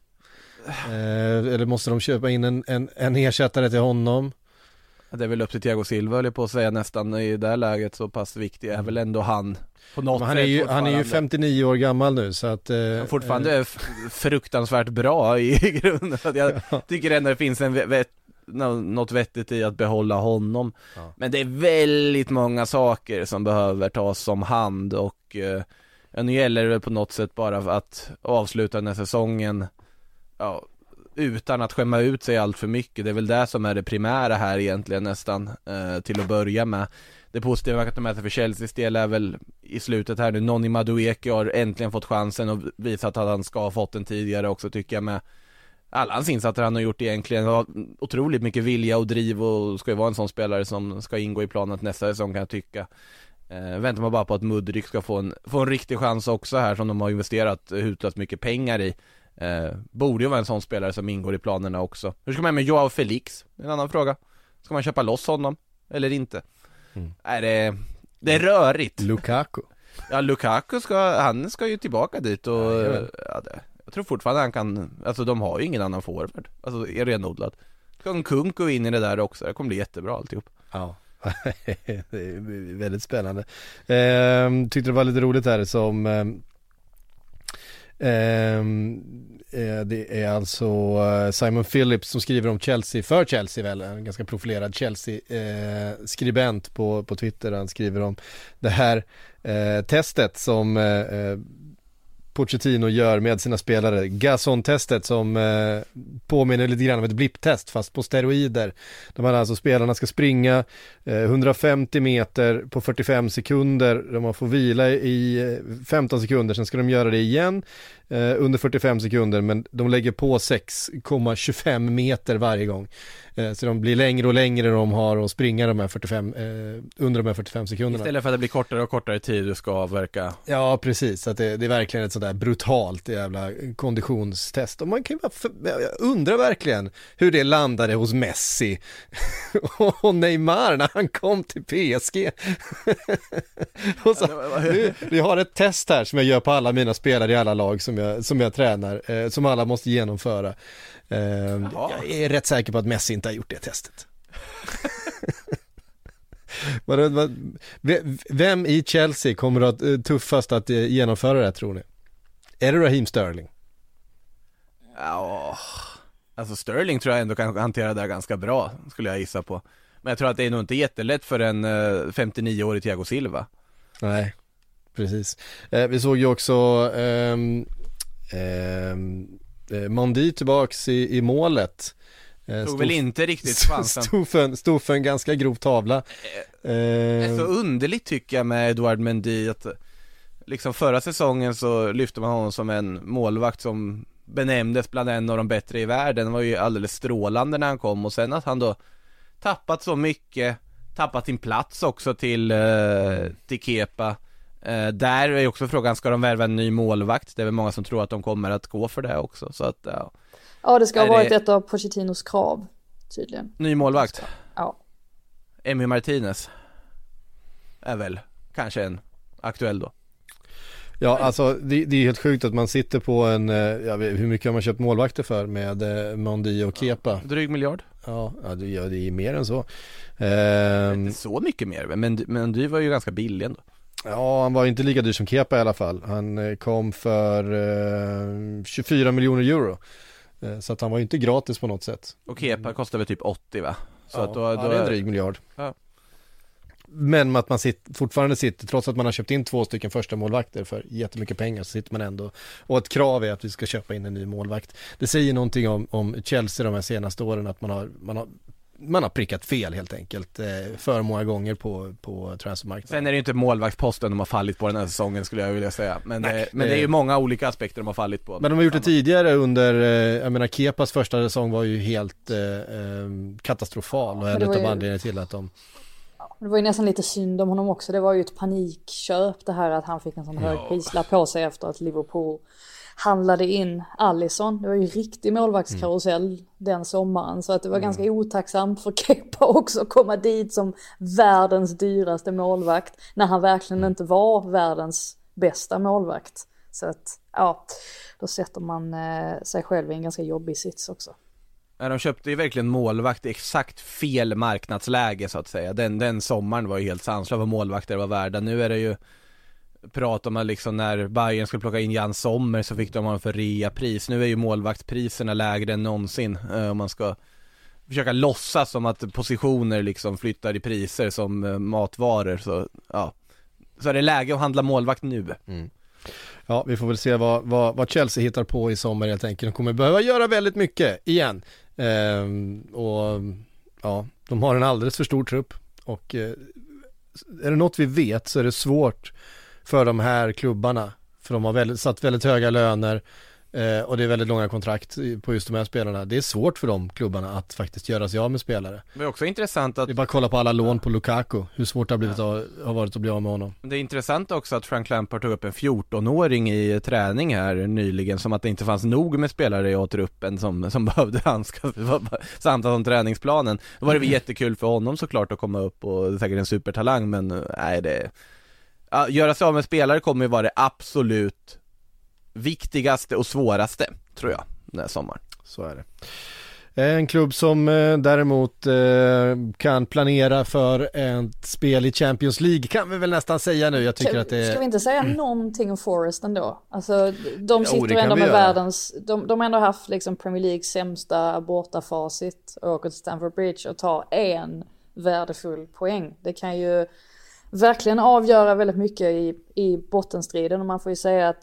Eller måste de köpa in en ersättare till honom? Det är väl upp till Thiago Silva, eller på att säga, nästan i det här läget. Så pass viktig är väl ändå han på något sätt. Han är ju 59 år gammal nu, så att han fortfarande är fruktansvärt bra i grunden. Så att jag tycker ändå det finns något vettigt i att behålla honom. Men det är väldigt många saker som behöver tas om hand, och nu gäller det väl på något sätt bara att avsluta den här säsongen utan att skämma ut sig allt för mycket. Det är väl det som är det primära här egentligen, nästan till att börja med. Det positiva man kan ta med sig för Chelseas del är väl i slutet här nu, Noni Madueke har äntligen fått chansen och visat att han ska ha fått den tidigare också, tycker jag, med alla hans insatser han har gjort egentligen. Har otroligt mycket vilja och driv och ska ju vara en sån spelare som ska ingå i planen nästa säsong, kan jag tycka. Väntar man bara på att Mudryk ska få en riktig chans också här, som de har investerat hutlöst mycket pengar i. Borde ju vara en sån spelare som ingår i planerna också. Hur ska man med Joao Felix? En annan fråga. Ska man köpa loss honom eller inte? Det är rörigt. Lukaku. Ja, Lukaku ska ju tillbaka dit, och jag tror fortfarande han kan. Alltså de har ju ingen annan forward. Alltså är renodlat. Ska en kung gå in i det där också? Det kommer bli jättebra alltihop. Ja. Det är väldigt spännande. Tyckte det var lite roligt här som det är alltså Simon Phillips som skriver om Chelsea, för Chelsea väl, en ganska profilerad Chelsea-skribent på Twitter. Han skriver om det här testet som Pochettino gör med sina spelare. Gasson-testet som påminner lite grann om ett blipptest fast på steroider. Där man alltså spelarna ska springa 150 meter på 45 sekunder. Där man får vila i 15 sekunder. Sen ska de göra det igen under 45 sekunder. Men de lägger på 6,25 meter varje gång. Så de blir längre och längre de har att springa de här 45, under de här 45 sekunderna. Istället för att det blir kortare och kortare tid du ska avverka. Ja, precis. Så att det är verkligen ett sådär brutalt jävla konditionstest. Och man kan ju jag undrar verkligen hur det landade hos Messi och Neymar när han kom till PSG. Och så, vi har ett test här som jag gör på alla mina spelare i alla lag som jag tränar, som alla måste genomföra. Jag är rätt säker på att Messi inte har gjort det testet. Vem i Chelsea kommer att tuffast att genomföra det, tror ni? Är det Raheem Sterling? Ja, alltså Sterling tror jag ändå kan hantera det ganska bra, skulle jag gissa på. Men jag tror att det är nog inte jättelätt för en 59-årig Thiago Silva. Nej, precis. Vi såg ju också Mendy tillbaks i målet. Stod väl inte riktigt chansen. Stod för en ganska grov tavla. Så underligt tycker jag med Edouard Mendy att liksom förra säsongen så lyfte man honom som en målvakt som benämndes bland en av de bättre i världen. Han var ju alldeles strålande när han kom, och sen att han då tappat så mycket, tappat sin plats också till Kepa. Där är också frågan, ska de värva en ny målvakt? Det är väl många som tror att de kommer att gå för det också, så att ja, det ska ha varit ett av Pochettinos krav tydligen. Ny målvakt? Ja. Emi Martinez är väl kanske en aktuell då. Ja, alltså det är helt sjukt att man sitter på en, hur mycket har man köpt målvakter för med Mendy och Kepa? Dryg miljard. Ja, det är mer än så. Inte så mycket mer, men Mendy var ju ganska billig ändå. Ja, han var inte lika dyr som Kepa i alla fall. Han kom för 24 miljoner euro. Så att han var ju inte gratis på något sätt. Och Kepa kostade väl typ 80, va? Så ja, att då är en dryg miljard. Ja. Men att man fortfarande sitter, trots att man har köpt in 2 stycken första målvakter för jättemycket pengar, så sitter man ändå, och ett krav är att vi ska köpa in en ny målvakt. Det säger någonting om Chelsea de här senaste åren, att man har prickat fel helt enkelt för många gånger på transfermarknaden. Sen är det ju inte målvaktsposten de har fallit på den här säsongen, skulle jag vilja säga. Men det är ju många olika aspekter de har fallit på. Men de har gjort det tidigare under, jag menar Kepas första säsong var ju helt katastrofal, och en av anledningarna till att de... Det var ju nästan lite synd om honom också. Det var ju ett panikköp det här, att han fick en sån hög prislapp på sig efter att Liverpool handlade in Alisson. Det var ju riktig målvaktskarusell den sommaren, så att det var ganska otacksamt för Kepa också att komma dit som världens dyraste målvakt när han verkligen inte var världens bästa målvakt. Så att ja, då sätter man sig själv i en ganska jobbig sits också. Ja, de köpte ju verkligen målvakt i exakt fel marknadsläge, så att säga. Den sommaren var ju helt sanslös vad målvakter var värda. Nu är det ju prat om att liksom när Bayern skulle plocka in Jan Sommer så fick de ha en för rea-pris. Nu är ju målvaktspriserna lägre än någonsin, om man ska försöka låtsas som att positioner liksom flyttar i priser som matvaror. Så ja, så är det läge att handla målvakt nu. Ja, vi får väl se vad Chelsea hittar på i sommar helt enkelt. De kommer behöva göra väldigt mycket igen. Och ja, de har en alldeles för stor trupp. Och är det något vi vet så är det svårt för de här klubbarna. För de har satt väldigt höga löner. Och det är väldigt långa kontrakt på just de här spelarna. Det är svårt för de klubbarna att faktiskt göra sig av med spelare. Det är också intressant att... Det är bara att kolla på alla lån på Lukaku. Hur svårt det har varit att bli av med honom. Det är intressant också att Frank Lampard tog upp en 14-åring i träning här nyligen. Som att det inte fanns nog med spelare i truppen som behövde handskas samt om träningsplanen. Då var det jättekul för honom såklart att komma upp, och det är säkert en supertalang. Men nej, göra sig av med spelare kommer ju vara det absolut viktigaste och svåraste, tror jag, den här sommaren. Så är det. En klubb som däremot kan planera för ett spel i Champions League kan vi väl nästan säga nu. Jag tycker att det... Ska vi inte säga någonting om Forest ändå? Alltså, de sitter ändå med världens... De har ändå haft liksom Premier Leagues sämsta bortafacit och åker till Stamford Bridge och tar en värdefull poäng. Det kan ju verkligen avgöra väldigt mycket i bottenstriden, och man får ju säga att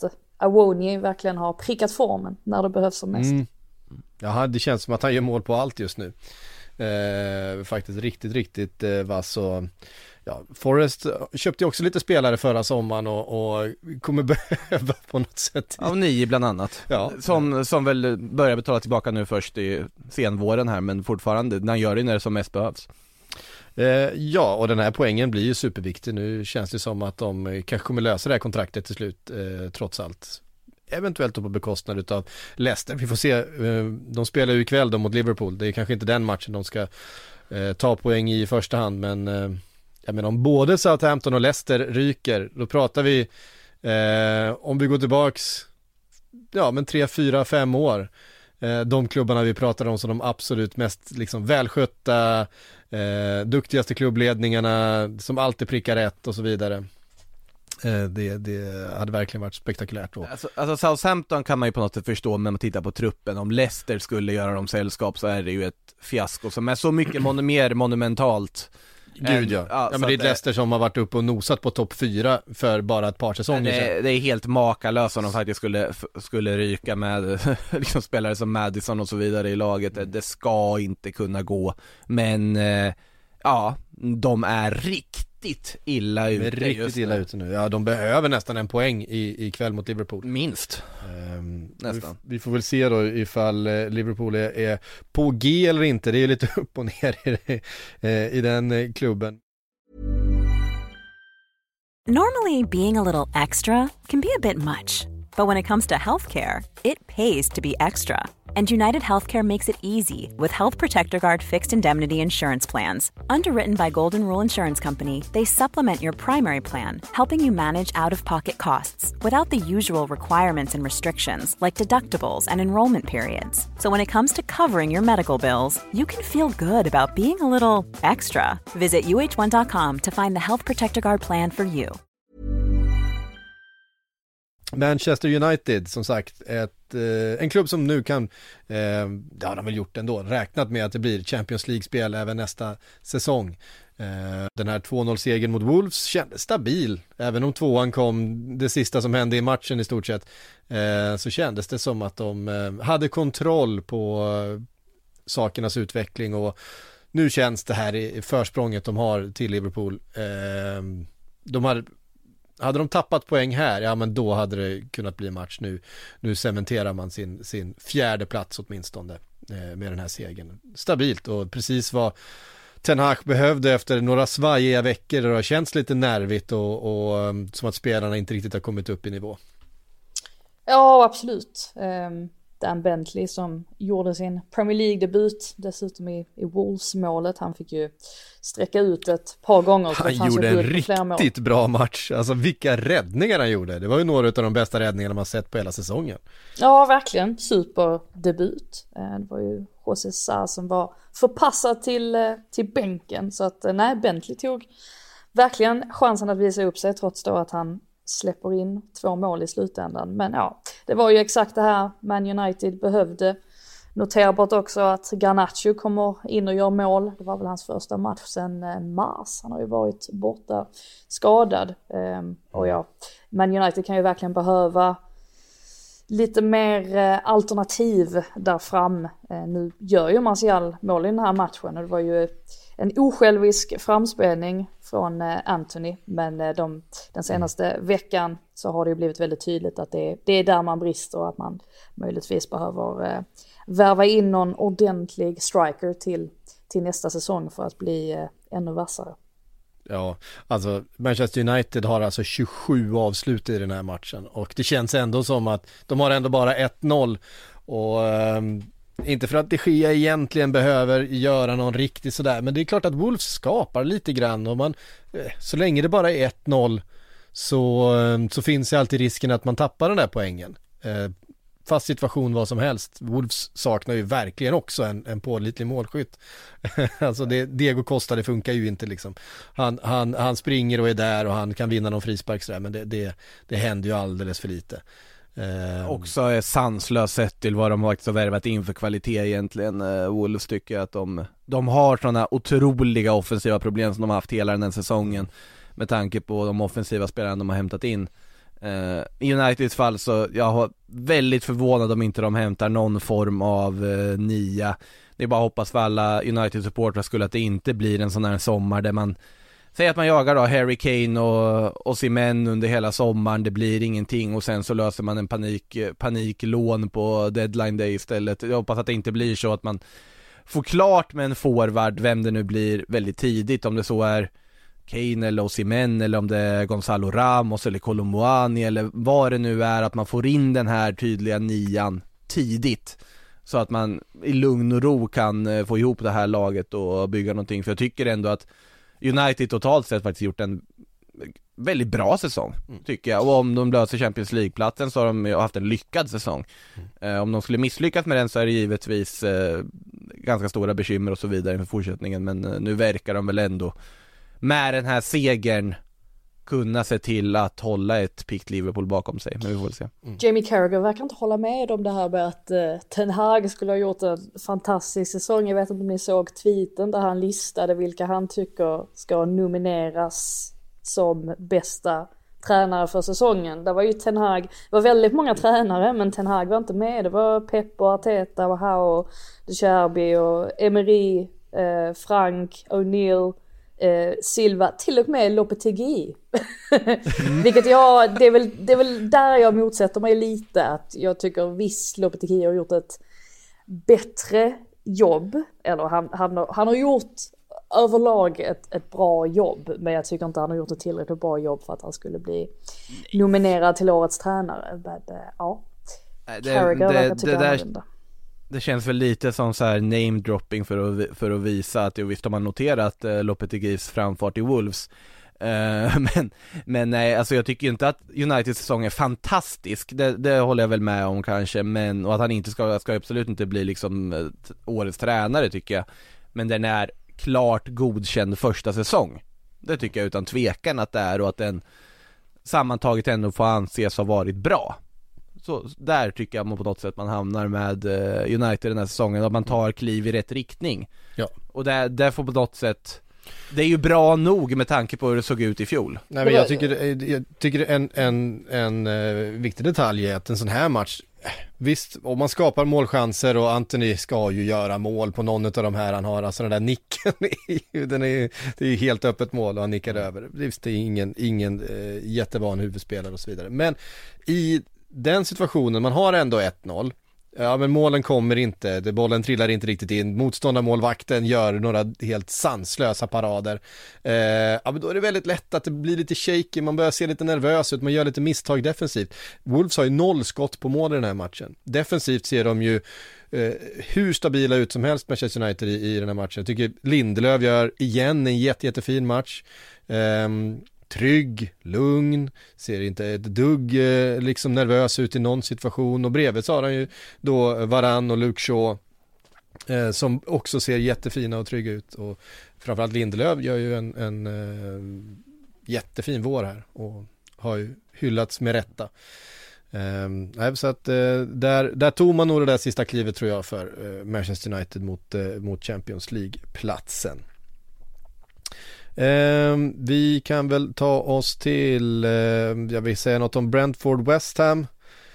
Awoniyi verkligen har prickat formen när det behövs som mest. Ja, det känns som att han gör mål på allt just nu. Faktiskt riktigt vass. Och ja, Forest köpte ju också lite spelare förra sommaren och kommer behöva på något sätt. Av 9 bland annat. Ja. Som väl börjar betala tillbaka nu först i senvåren här, men fortfarande, han gör det när det som mest behövs. Ja, och den här poängen blir ju superviktig. Nu känns det som att de kanske kommer lösa det här kontraktet till slut, trots allt. Eventuellt på bekostnad utav Leicester. Vi får se, de spelar ju ikväll då mot Liverpool. Det är kanske inte den matchen de ska ta poäng i första hand, men jag menar, om både Southampton och Leicester ryker, då pratar vi om vi går tillbaks 3, 4, 5 år, de klubbarna vi pratar om som de absolut mest liksom välskötta, duktigaste klubbledningarna som alltid prickar rätt och så vidare. Det hade verkligen varit spektakulärt då. Alltså Southampton kan man ju på något sätt förstå, när man tittar på truppen. Om Leicester skulle göra dem sällskap så är det ju ett fiasko som är så mycket mer monumentalt. Gud ja men det är ett Leicester som har varit uppe och nosat på topp 4 för bara ett par säsonger sedan. Det är helt makalöst om de faktiskt skulle ryka med liksom spelare som Madison och så vidare i laget. Det ska inte kunna gå. Men de är riktigt illa ute. Riktigt illa ute nu. Ja, de behöver nästan en poäng i kväll mot Liverpool. Minst. Nästan. Vi får väl se då ifall Liverpool är på G eller inte. Det är lite upp och ner i den klubben. Normally, being a little extra can be a bit much. But when it comes to healthcare, it pays to be extra. And United Healthcare makes it easy with Health Protector Guard fixed indemnity insurance plans. Underwritten by Golden Rule Insurance Company, they supplement your primary plan, helping you manage out-of-pocket costs without the usual requirements and restrictions like deductibles and enrollment periods. So when it comes to covering your medical bills, you can feel good about being a little extra. Visit uh1.com to find the Health Protector Guard plan for you. Manchester United, som sagt, en klubb som nu kan, det har de väl gjort ändå, räknat med att det blir Champions League-spel även nästa säsong. Den här 2-0-segern mot Wolves kändes stabil, även om 2:an kom det sista som hände i matchen i stort sett, så kändes det som att de hade kontroll på sakernas utveckling, och nu känns det här i försprånget de har till Liverpool. Hade de tappat poäng här, ja men då hade det kunnat bli match. Nu cementerar man sin 4:e plats åtminstone med den här segern. Stabilt och precis vad Ten Hag behövde efter några svajiga veckor. Det har känts lite nervigt och som att spelarna inte riktigt har kommit upp i nivå. Ja, absolut. Dan Bentley som gjorde sin Premier League-debut dessutom i Wolves-målet. Han fick ju sträcka ut ett par gånger. Så han gjorde en riktigt bra match. Alltså vilka räddningar han gjorde. Det var ju några av de bästa räddningarna man sett på hela säsongen. Ja, verkligen. Superdebut. Det var ju José Sá som var förpassad till bänken. Så att nej, Bentley tog verkligen chansen att visa upp sig, trots då att han släpper in 2 mål i slutändan. Men ja, det var ju exakt det här Man United behövde. Noterbart också att Garnacho kommer in och gör mål. Det var väl hans första match sedan mars. Han har ju varit borta skadad. Och ja, Man United kan ju verkligen behöva lite mer alternativ där fram. Nu gör ju Martial mål i den här matchen, och det var ju en osjälvisk framspelning från Anthony, men den senaste veckan så har det ju blivit väldigt tydligt att det är där man brister, och att man möjligtvis behöver värva in någon ordentlig striker till nästa säsong för att bli ännu vassare. Ja, alltså Manchester United har alltså 27 avslut i den här matchen, och det känns ändå som att de har ändå bara 1-0, och inte för att De Gea egentligen behöver göra någon riktigt sådär, men det är klart att Wolves skapar lite grann, och så länge det bara är 1-0 så finns ju alltid risken att man tappar den där poängen. Fast situation vad som helst. Wolves saknar ju verkligen också en pålitlig målskytt. Alltså Diego Costa, det funkar ju inte liksom. Han springer och är där, och han kan vinna någon frispark sådär, men det händer ju alldeles för lite. Också är sanslöst sett till vad de har värvat in för kvalitet egentligen. Wolves tycker att de har sådana otroliga offensiva problem som de har haft hela den här säsongen, med tanke på de offensiva spelarna de har hämtat in. I Uniteds fall så jag har väldigt förvånad om inte de hämtar någon form av nia. Det är bara att hoppas för alla United-supportrar skulle att det inte blir en sån här sommar där man säger att man jagar då Harry Kane och Osimhen under hela sommaren, det blir ingenting och sen så löser man en paniklån på deadline day istället. Jag hoppas att det inte blir så att man får klart med en forward, vem det nu blir, väldigt tidigt, om det så är Kane eller Osimhen eller om det är Gonzalo Ramos eller Kolomuani eller vad det nu är, att man får in den här tydliga nian tidigt så att man i lugn och ro kan få ihop det här laget och bygga någonting. För jag tycker ändå att United totalt sett faktiskt gjort en väldigt bra säsong, tycker jag. Och om de löser Champions League-platsen så har de haft en lyckad säsong. Om de skulle misslyckas med den så är det givetvis ganska stora bekymmer och så vidare inför fortsättningen. Men nu verkar de väl ändå med den här segern kunna se till att hålla ett pikt Liverpool bakom sig, men vi får väl se. Jamie Carragher verkar inte hålla med om det här med att Ten Hag skulle ha gjort en fantastisk säsong. Jag vet inte om ni såg tweeten där han listade vilka han tycker ska nomineras som bästa tränare för säsongen. Det var ju Ten Hag, det var väldigt många tränare, men Ten Hag var inte med. Det var Pep och Arteta och Howe, De Cherby och Emery, Frank, O'Neill, Silva, till och med Lopetegui. Vilket det är väl där jag motsätter mig lite, att jag tycker visst Lopetegui har gjort ett bättre jobb, eller han har gjort överlag ett bra jobb, men jag tycker inte han har gjort ett tillräckligt bra jobb för att han skulle bli nominerad till årets tränare. Men, ja, Carragher verkar tycka annorlunda. Det känns väl lite som så här name dropping för att visa att visst har man noterat Lopeteguis framfart i Wolves. Men nej, alltså jag tycker inte att Uniteds säsong är fantastisk. Det håller jag väl med om kanske, men och att han inte ska absolut inte bli liksom årets tränare, tycker jag. Men den är klart godkänd första säsong. Det tycker jag utan tvekan att det är, och att den sammantaget ändå får anses ha varit bra. Så där tycker jag på något sätt man hamnar med United den här säsongen, att man tar kliv i rätt riktning. Ja. Och där får på något sätt, det är ju bra nog med tanke på hur det såg ut i fjol. Nej, men jag tycker en viktig detalj är att en sån här match, visst, om man skapar målchanser och Anthony ska ju göra mål på någon av de här han har, alltså den där nicken det är ju helt öppet mål och han nickar över. Det är ingen jättevan huvudspelare och så vidare. Men i den situationen, man har ändå 1-0. Ja, men målen kommer inte, bollen trillar inte riktigt in, motståndarmålvakten gör några helt sanslösa parader. Ja, men då är det väldigt lätt att det blir lite shaky, man börjar se lite nervös ut, man gör lite misstag defensivt. Wolves har ju 0 skott på mål i den här matchen. Defensivt ser de ju hur stabila ut som helst, Manchester United i den här matchen. Jag tycker Lindelöf gör igen en jättefin match. Trygg, lugn, ser inte ett dugg liksom nervös ut i någon situation, och bredvid så har han ju då Varane och Luke Shaw som också ser jättefina och trygga ut, och framförallt Lindelöf gör ju en jättefin vår här och har ju hyllats med rätta. Så att där tog man nog det där sista klivet, tror jag, för Manchester United mot Champions League-platsen. Vi kan väl ta oss till jag vill säga något om Brentford West Ham.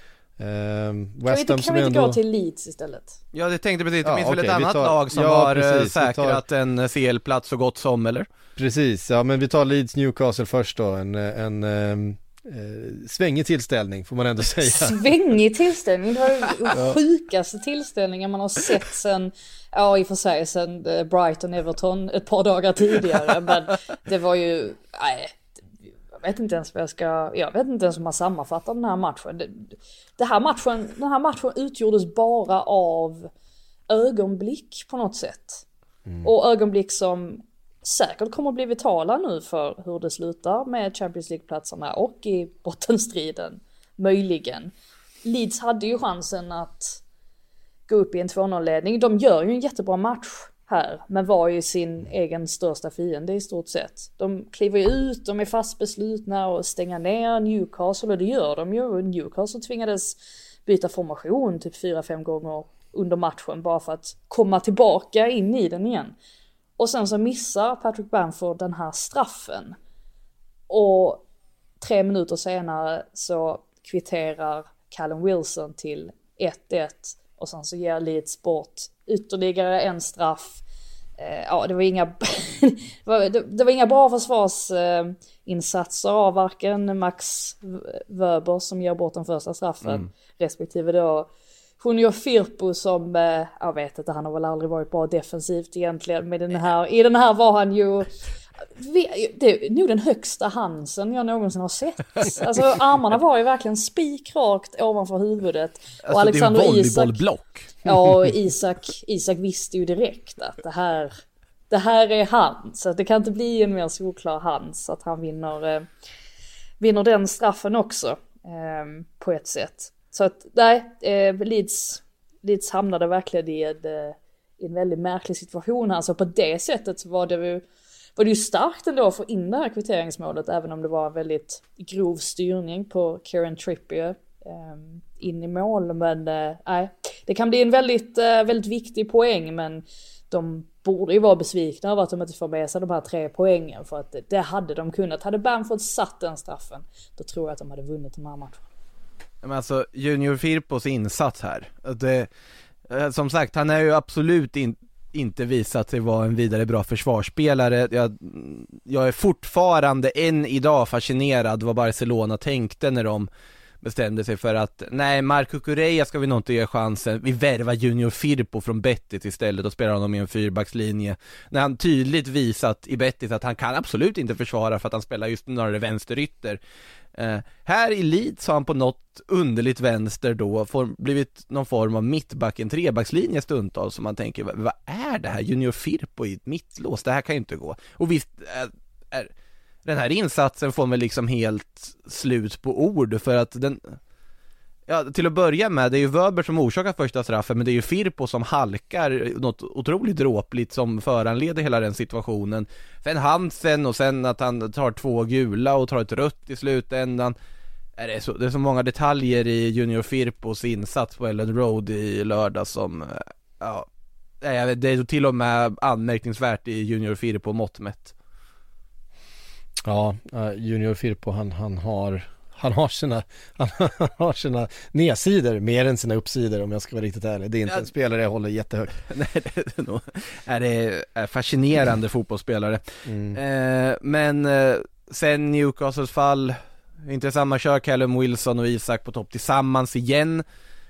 Kan vi inte gå till Leeds istället? Ja, det tänkte precis. Det finns väl ett annat lag som har säkrat en CL-plats så gott som, eller? Precis, ja, men vi tar Leeds Newcastle först då. En svängig tillställning får man ändå säga. Svängig tillställning? Det var den sjukaste tillställningen man har sett sen, ja, i och för sig sen Brighton-Everton ett par dagar tidigare. Men det var ju, nej, jag vet inte ens om man sammanfattar den här matchen. Den här matchen utgjordes bara av ögonblick på något sätt. Och ögonblick som säkert kommer att bli vitala nu för hur det slutar med Champions League-platserna och i bottenstriden, möjligen. Leeds hade ju chansen att gå upp i en 2-0-ledning. De gör ju en jättebra match här, men var ju sin egen största fiende i stort sett. De kliver ju ut, de är fast beslutna att stänga ner Newcastle, och det gör de ju. Newcastle tvingades byta formation typ 4-5 gånger under matchen bara för att komma tillbaka in i den igen. Och sen så missar Patrick Bamford den här straffen. Och 3 minuter senare så kvitterar Callum Wilson till 1-1 och sen så ger Leeds bort ytterligare en straff. Ja, det var inga bra försvarsinsatser av varken Max Wöber som ger bort den första straffen respektive då Junior Firpo som, jag vet inte, han har väl aldrig varit bra defensivt egentligen, men i den här var han ju, det är nog den högsta Hansen jag någonsin har sett. Alltså armarna var ju verkligen spikrakt ovanför huvudet. Alltså, och Alexander det är en volleybollblock. Ja, och Isak visste ju direkt att det här är han. Så det kan inte bli en mer solklar hans att han vinner den straffen också på ett sätt. Så att Leeds hamnade verkligen i en väldigt märklig situation här. Så på det sättet var det ju starkt ändå att få in det här kvitteringsmålet, även om det var en väldigt grov styrning på Kieran Trippier in i mål. Men det kan bli en väldigt, väldigt viktig poäng, men de borde ju vara besvikna över att de inte får med sig de här 3 poängen, för att det hade de kunnat. Hade Bamford satt den straffen, då tror jag att de hade vunnit den här matchen. Men alltså Junior Firpos insats här, som sagt, han är ju absolut inte visat sig vara en vidare bra försvarsspelare. Jag är fortfarande än idag fascinerad vad Barcelona tänkte när de bestämde sig för att nej, Marco Correa ska vi nog inte ge chansen, vi värvar Junior Firpo från Betis istället och spelar honom i en 4-backslinje, när han tydligt visat i Betis att han kan absolut inte försvara för att han spelar just några vänsterytter. Här i Leeds har han på något underligt vänster då blivit någon form av mittback, en 3-backslinje stundtals, som man tänker, vad är det här? Junior Firpo i ett mittlås, det här kan ju inte gå. Och visst den här insatsen får väl liksom helt slut på ord, för att till att börja med, det är ju Wöber som orsakar första straffen, men det är ju Firpo som halkar något otroligt dråpligt som föranleder hela den situationen. Sen Hansen, och sen att han tar 2 gula och tar ett rött i slutändan. Det är så många detaljer i Junior Firpos insats på Ellen Road i lördag som det är till och med anmärkningsvärt i Junior Firpo måttmätt. Ja, Junior Firpo han har sina nedsidor mer än sina uppsidor, om jag ska vara riktigt ärlig. Det är inte en spelare jag håller jättehögt. Nej, det är fascinerande fotbollsspelare. Men sen Newcastles fall, intressant, man kör Callum Wilson och Isak på topp tillsammans igen.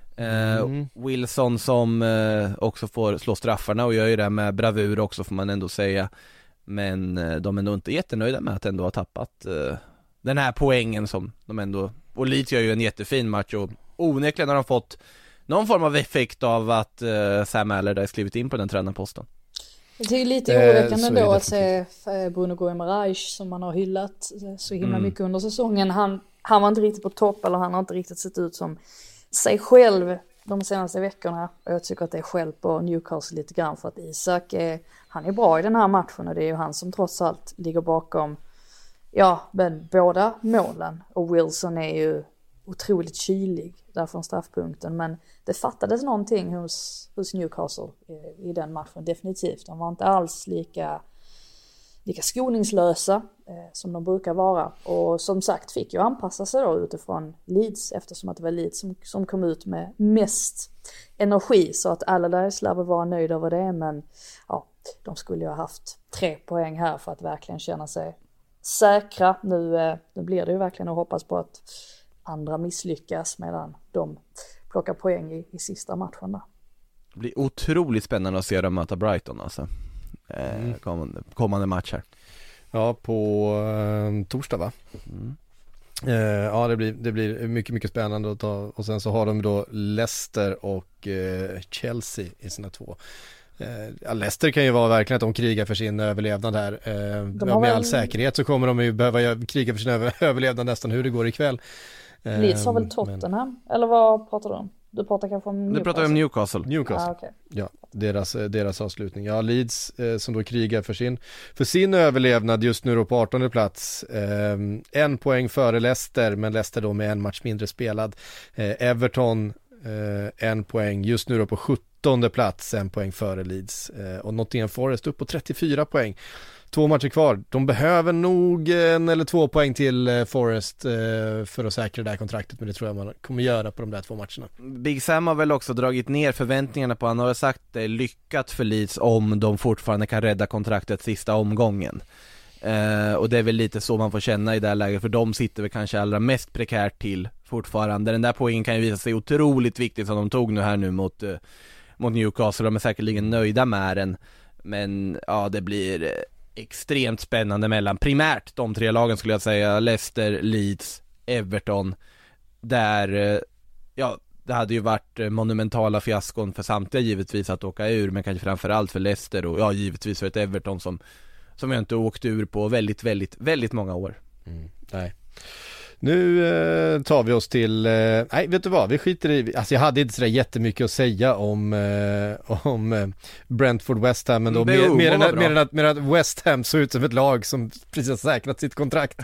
Wilson som också får slå straffarna och gör ju det med bravur också, får man ändå säga. Men de är nog inte jättenöjda med att ändå ha tappat den här poängen som de ändå, och Leeds gör ju en jättefin match, och onekligen har de fått någon form av effekt av att Sam Allardyce skrivit in på den tränarposten. Det är lite oroväckande då att se Bruno Guimaraes, som man har hyllat så himla mycket under säsongen. Han var inte riktigt på topp, eller han har inte riktigt sett ut som sig själv de senaste veckorna. Och jag tycker att det är själv på Newcastle lite grann, för att Isak han är bra i den här matchen, och det är ju han som trots allt ligger bakom men båda målen. Och Wilson är ju otroligt kylig där från straffpunkten, men det fattades någonting hos Newcastle i den matchen, definitivt. De var inte alls lika skoningslösa som de brukar vara, och som sagt fick ju anpassa sig då utifrån Leeds, eftersom att det var Leeds som kom ut med mest energi, så att Allardyce lär vara nöjd över det, men de skulle ju ha haft 3 poäng här för att verkligen känna sig säkra. Nu blir det ju verkligen att hoppas på att andra misslyckas medan de plockar poäng i sista matchen där. Det blir otroligt spännande att se dem möta Brighton alltså. Kommande match här. Ja, på torsdag va? Ja, det blir mycket, mycket spännande att ta. Och sen så har de då Leicester och Chelsea i sina 2. Leicester kan ju vara verkligen att de krigar för sin överlevnad här. Med all säkerhet så kommer de ju behöva kriga för sin överlevnad nästan hur det går ikväll. Leeds har väl Tottenham? Eller vad pratar du om? Du pratar kanske om Newcastle? Nu pratar jag om Newcastle. Okay. Ja, deras avslutning. Ja, Leeds som då krigar för sin överlevnad just nu då på 18:e plats. 1 poäng före Leicester, men Leicester då med en match mindre spelad. Everton 1 poäng just nu då på 17:e plats, 1 poäng före Leeds. Och Nottingham Forest upp på 34 poäng. 2 matcher kvar. De behöver nog 1 eller 2 poäng till Forest för att säkra det här kontraktet, men det tror jag man kommer göra på de där 2 matcherna. Big Sam har väl också dragit ner förväntningarna på, han har sagt det är lyckat för Leeds om de fortfarande kan rädda kontraktet sista omgången. Och det är väl lite så man får känna i det här läget, för de sitter väl kanske allra mest prekärt till fortfarande. Den där poängen kan ju visa sig otroligt viktigt som de tog nu här nu mot Newcastle. De är säkerligen nöjda med den, men ja, det blir extremt spännande mellan primärt de 3 lagen skulle jag säga, Leicester, Leeds, Everton, där ja, det hade ju varit monumentala fiaskon för samtliga givetvis att åka ur, men kanske framförallt för Leicester och ja, givetvis för ett Everton som jag inte åkt ur på väldigt, väldigt, väldigt många år. Nej. Nu tar vi oss till, nej vet du vad, vi skiter i, alltså jag hade inte så jättemycket att säga om Brentford West Ham, men då mer än att West Ham såg ut som ett lag som precis har säkrat sitt kontrakt.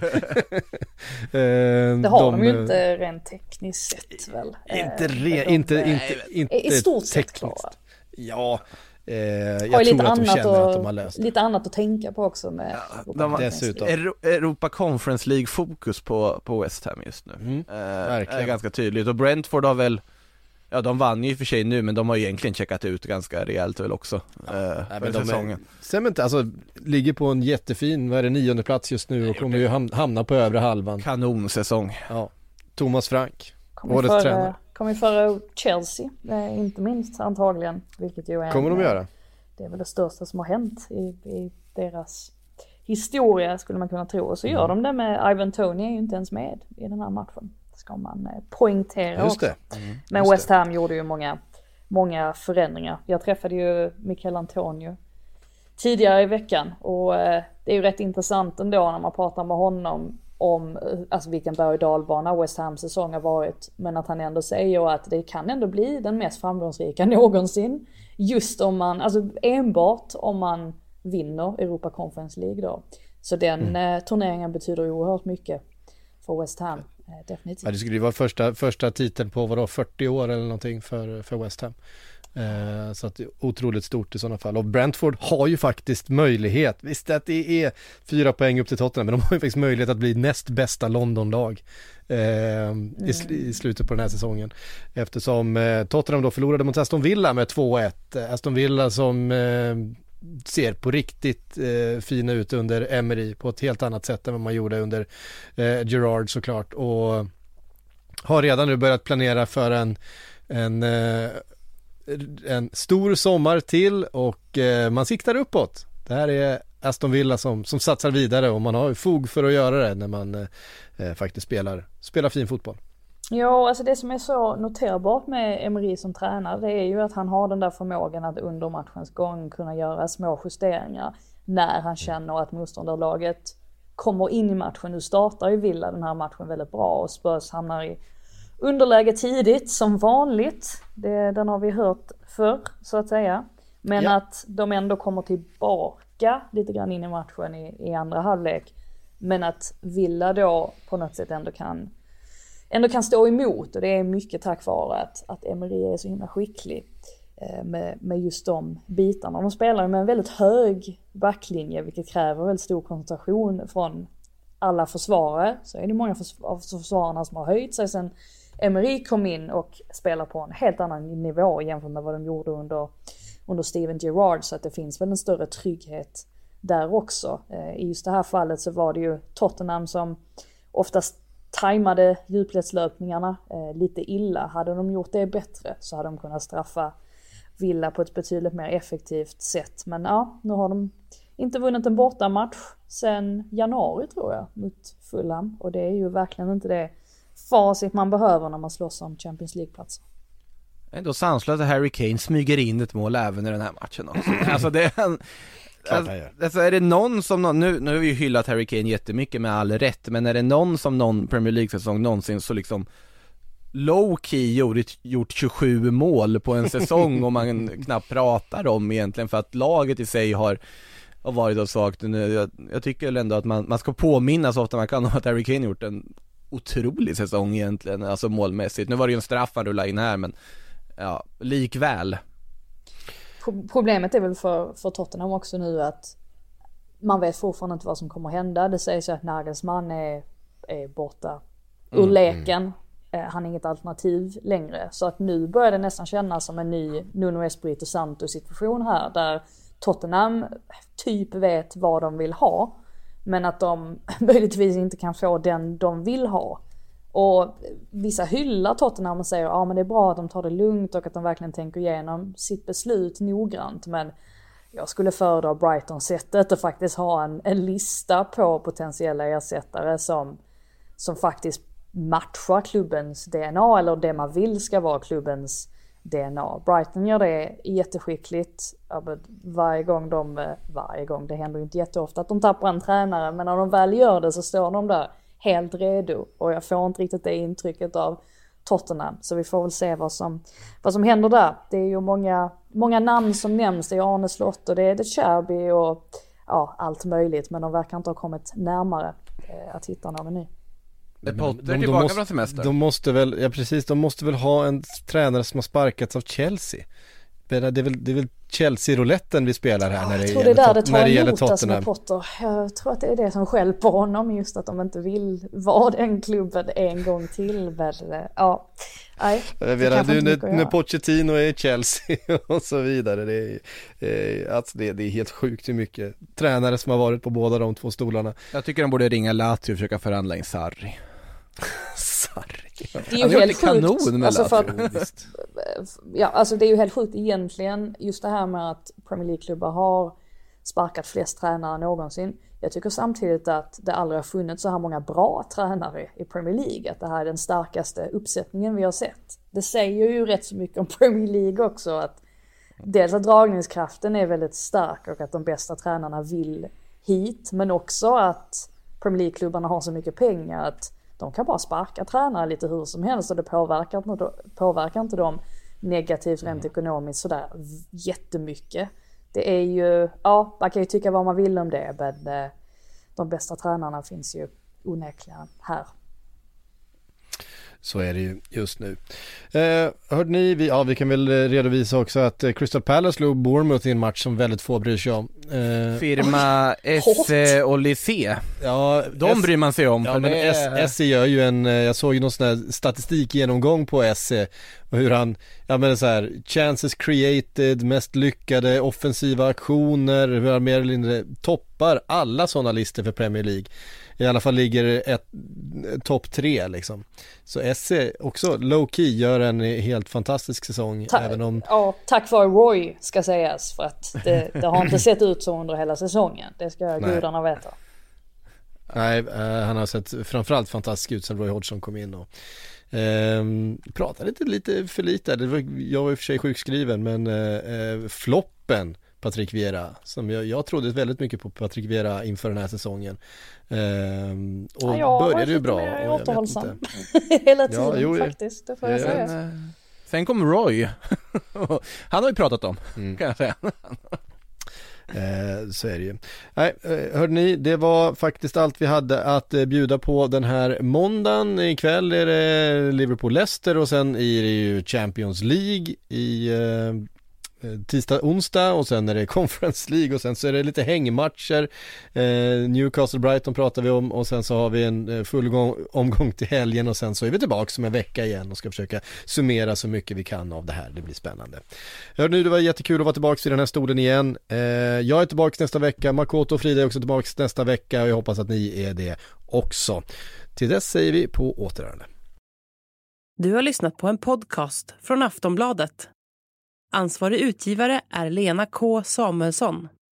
Det har de ju inte rent tekniskt sett väl. Inte i stort sett klara. Ja, jag tror att de känner att de har löst det. Lite annat att tänka på också med dessutom. Europa Conference League fokus på West Ham just nu. Är ganska tydligt. Och Brentford har väl, ja de vann ju i och för sig nu, men de har ju egentligen checkat ut ganska rejält väl också för säsongen. Alltså ligger på en jättefin, vad är det, 9:e plats just nu och kommer ju hamna på övre halvan. Kanonsäsong. Ja. Thomas Frank, årets tränare. Kommer föra Chelsea, inte minst antagligen, vilket ju är kommer de göra. Det är väl det största som har hänt i deras historia skulle man kunna tro. Och så gör de det med Ivan Toney, är ju inte ens med i den här matchen. Det ska man poängtera just också. Det. Men West Ham gjorde ju många förändringar. Jag träffade ju Michael Antonio tidigare i veckan och det är ju rätt intressant ändå när man pratar med honom om alltså vilken berg- och dalbana West Hams säsong har varit, men att han ändå säger att det kan ändå bli den mest framgångsrika någonsin just om man, alltså enbart om man vinner Europa Conference League då. Så den turneringen betyder oerhört mycket för West Ham, definitivt. Ja, det skulle ju vara första titeln på 40 år eller någonting för West Ham. Så att det är otroligt stort i sådana fall. Och Brentford har ju faktiskt möjlighet, visst att det är 4 poäng upp till Tottenham, men de har ju faktiskt möjlighet att bli näst bästa Londonlag i slutet på den här säsongen, eftersom Tottenham då förlorade mot Aston Villa med 2-1. Aston Villa som ser på riktigt fina ut under Emery på ett helt annat sätt än vad man gjorde under Gerrard såklart, och har redan nu börjat planera för en stor sommar till, och man siktar uppåt. Det här är Aston Villa som satsar vidare, och man har fog för att göra det när man faktiskt spelar fin fotboll. Ja, alltså det som är så noterbart med Emery som tränare, det är ju att han har den där förmågan att under matchens gång kunna göra små justeringar när han känner att motståndarlaget kommer in i matchen. Nu startar ju Villa den här matchen väldigt bra och Spurs hamnar i underläge tidigt som vanligt. Den har vi hört förr så att säga. Men att de ändå kommer tillbaka lite grann in i matchen i andra halvlek. Men att Villa då på något sätt ändå kan stå emot. Och det är mycket tack vare att Emery är så himla skicklig med just de bitarna. De spelar med en väldigt hög backlinje, vilket kräver väldigt stor koncentration från alla försvarare. Så är det många av försvararna som har höjt sig sen Emery kom in och spelar på en helt annan nivå jämfört med vad de gjorde under Steven Gerrard, så att det finns väl en större trygghet där också. I just det här fallet så var det ju Tottenham som oftast tajmade djupledslöpningarna lite illa. Hade de gjort det bättre så hade de kunnat straffa Villa på ett betydligt mer effektivt sätt. Men ja, nu har de inte vunnit en bortamatch sedan januari tror jag mot Fulham, och det är ju verkligen inte det facit man behöver när man slåss om Champions League-platser. Ändå sanslöst att Harry Kane smyger in ett mål även i den här matchen också. Alltså det är alltså är det någon som nu har vi ju hyllat Harry Kane jättemycket med all rätt, men är det någon som någon Premier League-säsong någonsin så liksom low-key gjort 27 mål på en säsong och man knappt pratar om egentligen, för att laget i sig har varit av svagt. Jag tycker ändå att man ska påminna så ofta man kan om att Harry Kane gjort en otrolig säsong egentligen, alltså målmässigt. Nu var det ju en straff han rullade in här, men ja, likväl. Problemet är väl för Tottenham också nu att man vet fortfarande inte vad som kommer hända. Det sägs ju att Nagelsmann är borta ur leken. Han är inget alternativ längre. Så att nu börjar det nästan kännas som en ny Nuno Espirito Santo situation här. Där Tottenham typ vet vad de vill ha. Men att de möjligtvis inte kan få den de vill ha. Och vissa hyllar Tottenham och säger men det är bra att de tar det lugnt och att de verkligen tänker igenom sitt beslut noggrant. Men jag skulle föredra Brighton-sättet och faktiskt ha en lista på potentiella ersättare som faktiskt matchar klubbens DNA eller det man vill ska vara klubbens DNA. Brighton gör det jätteskickligt. Varje gång, det händer ju inte jätteofta att de tappar en tränare, men när de väl gör det så står de där helt redo. Och jag får inte riktigt det intrycket av Tottenham. Så vi får väl se vad som händer där. Det är ju många namn som nämns. Det är Arne Slott och det är Cherby och allt möjligt. Men de verkar inte ha kommit närmare att hitta någon ny. Potter tillbaka från semester. De måste väl ha en tränare som har sparkats av Chelsea. Det är väl Chelsea-rouletten vi spelar här när det gäller Tottenham. Potter. Jag tror att det är det som stjälper honom, just att de inte vill vara den klubben en gång till. När Pochettino är i Chelsea och så vidare. Det är helt sjukt hur mycket tränare som har varit på båda de två stolarna. Jag tycker de borde ringa Lazio och försöka förhandla in Sarri. Det är ju helt sjukt. Alltså det är ju helt sjukt egentligen, just det här med att Premier League-klubbar har sparkat flest tränare någonsin. Jag tycker samtidigt att det aldrig har funnits så här många bra tränare i Premier League. Att det här är den starkaste uppsättningen vi har sett. Det säger ju rätt så mycket om Premier League också. Att dels att dragningskraften är väldigt stark och att de bästa tränarna vill hit. Men också att Premier League-klubbarna har så mycket pengar att de kan bara sparka tränare lite hur som helst. Och det påverkar inte dem negativt rent ekonomiskt sådär jättemycket. Det är ju, man kan ju tycka vad man vill om det, men de bästa tränarna finns ju onekligen här. Så är det ju just nu. Hörde ni, vi kan väl redovisa också att Crystal Palace slog Bournemouth i en match som väldigt få bryr sig om. Firma SE och Lycée. Ja, de bryr man sig om. Ja, men SE gör ju jag såg ju någon sån här statistikgenomgång på SE och hur han, så här, chances created, mest lyckade, offensiva aktioner, hur han mer eller mindre toppar alla sådana listor för Premier League. I alla fall ligger topp 3 liksom. Så SE också low-key gör en helt fantastisk säsong. Tack vare Roy ska sägas, för att det har inte sett ut så under hela säsongen. Det ska gudarna veta. Nej, han har sett framförallt fantastisk ut sen Roy Hodgson kom in och pratade lite för lite. Jag var i och för sig sjukskriven, men floppen Patrick Vieira, som jag trodde väldigt mycket på Patrick Vieira inför den här säsongen. Och började ju bra. Jag återhållsam hela tiden faktiskt, det får jag säga. Sen kom Roy. Han har ju pratat om, kan jag säga. Så är det ju. Nej, hörde ni, det var faktiskt allt vi hade att bjuda på den här måndagen. Ikväll är det Liverpool-Leicester och sen är det ju Champions League i tisdag, onsdag, och sen är det Conference League och sen så är det lite hängmatcher. Newcastle-Brighton pratar vi om och sen så har vi en full omgång till helgen och sen så är vi tillbaka om en vecka igen och ska försöka summera så mycket vi kan av det här. Det blir spännande. Hör nu, det var jättekul att vara tillbaka vid den här stolen igen. Jag är tillbaka nästa vecka. Makoto och Frida är också tillbaka nästa vecka och jag hoppas att ni är det också. Till dess säger vi på återhörande. Du har lyssnat på en podcast från Aftonbladet. Ansvarig utgivare är Lena K. Samuelsson.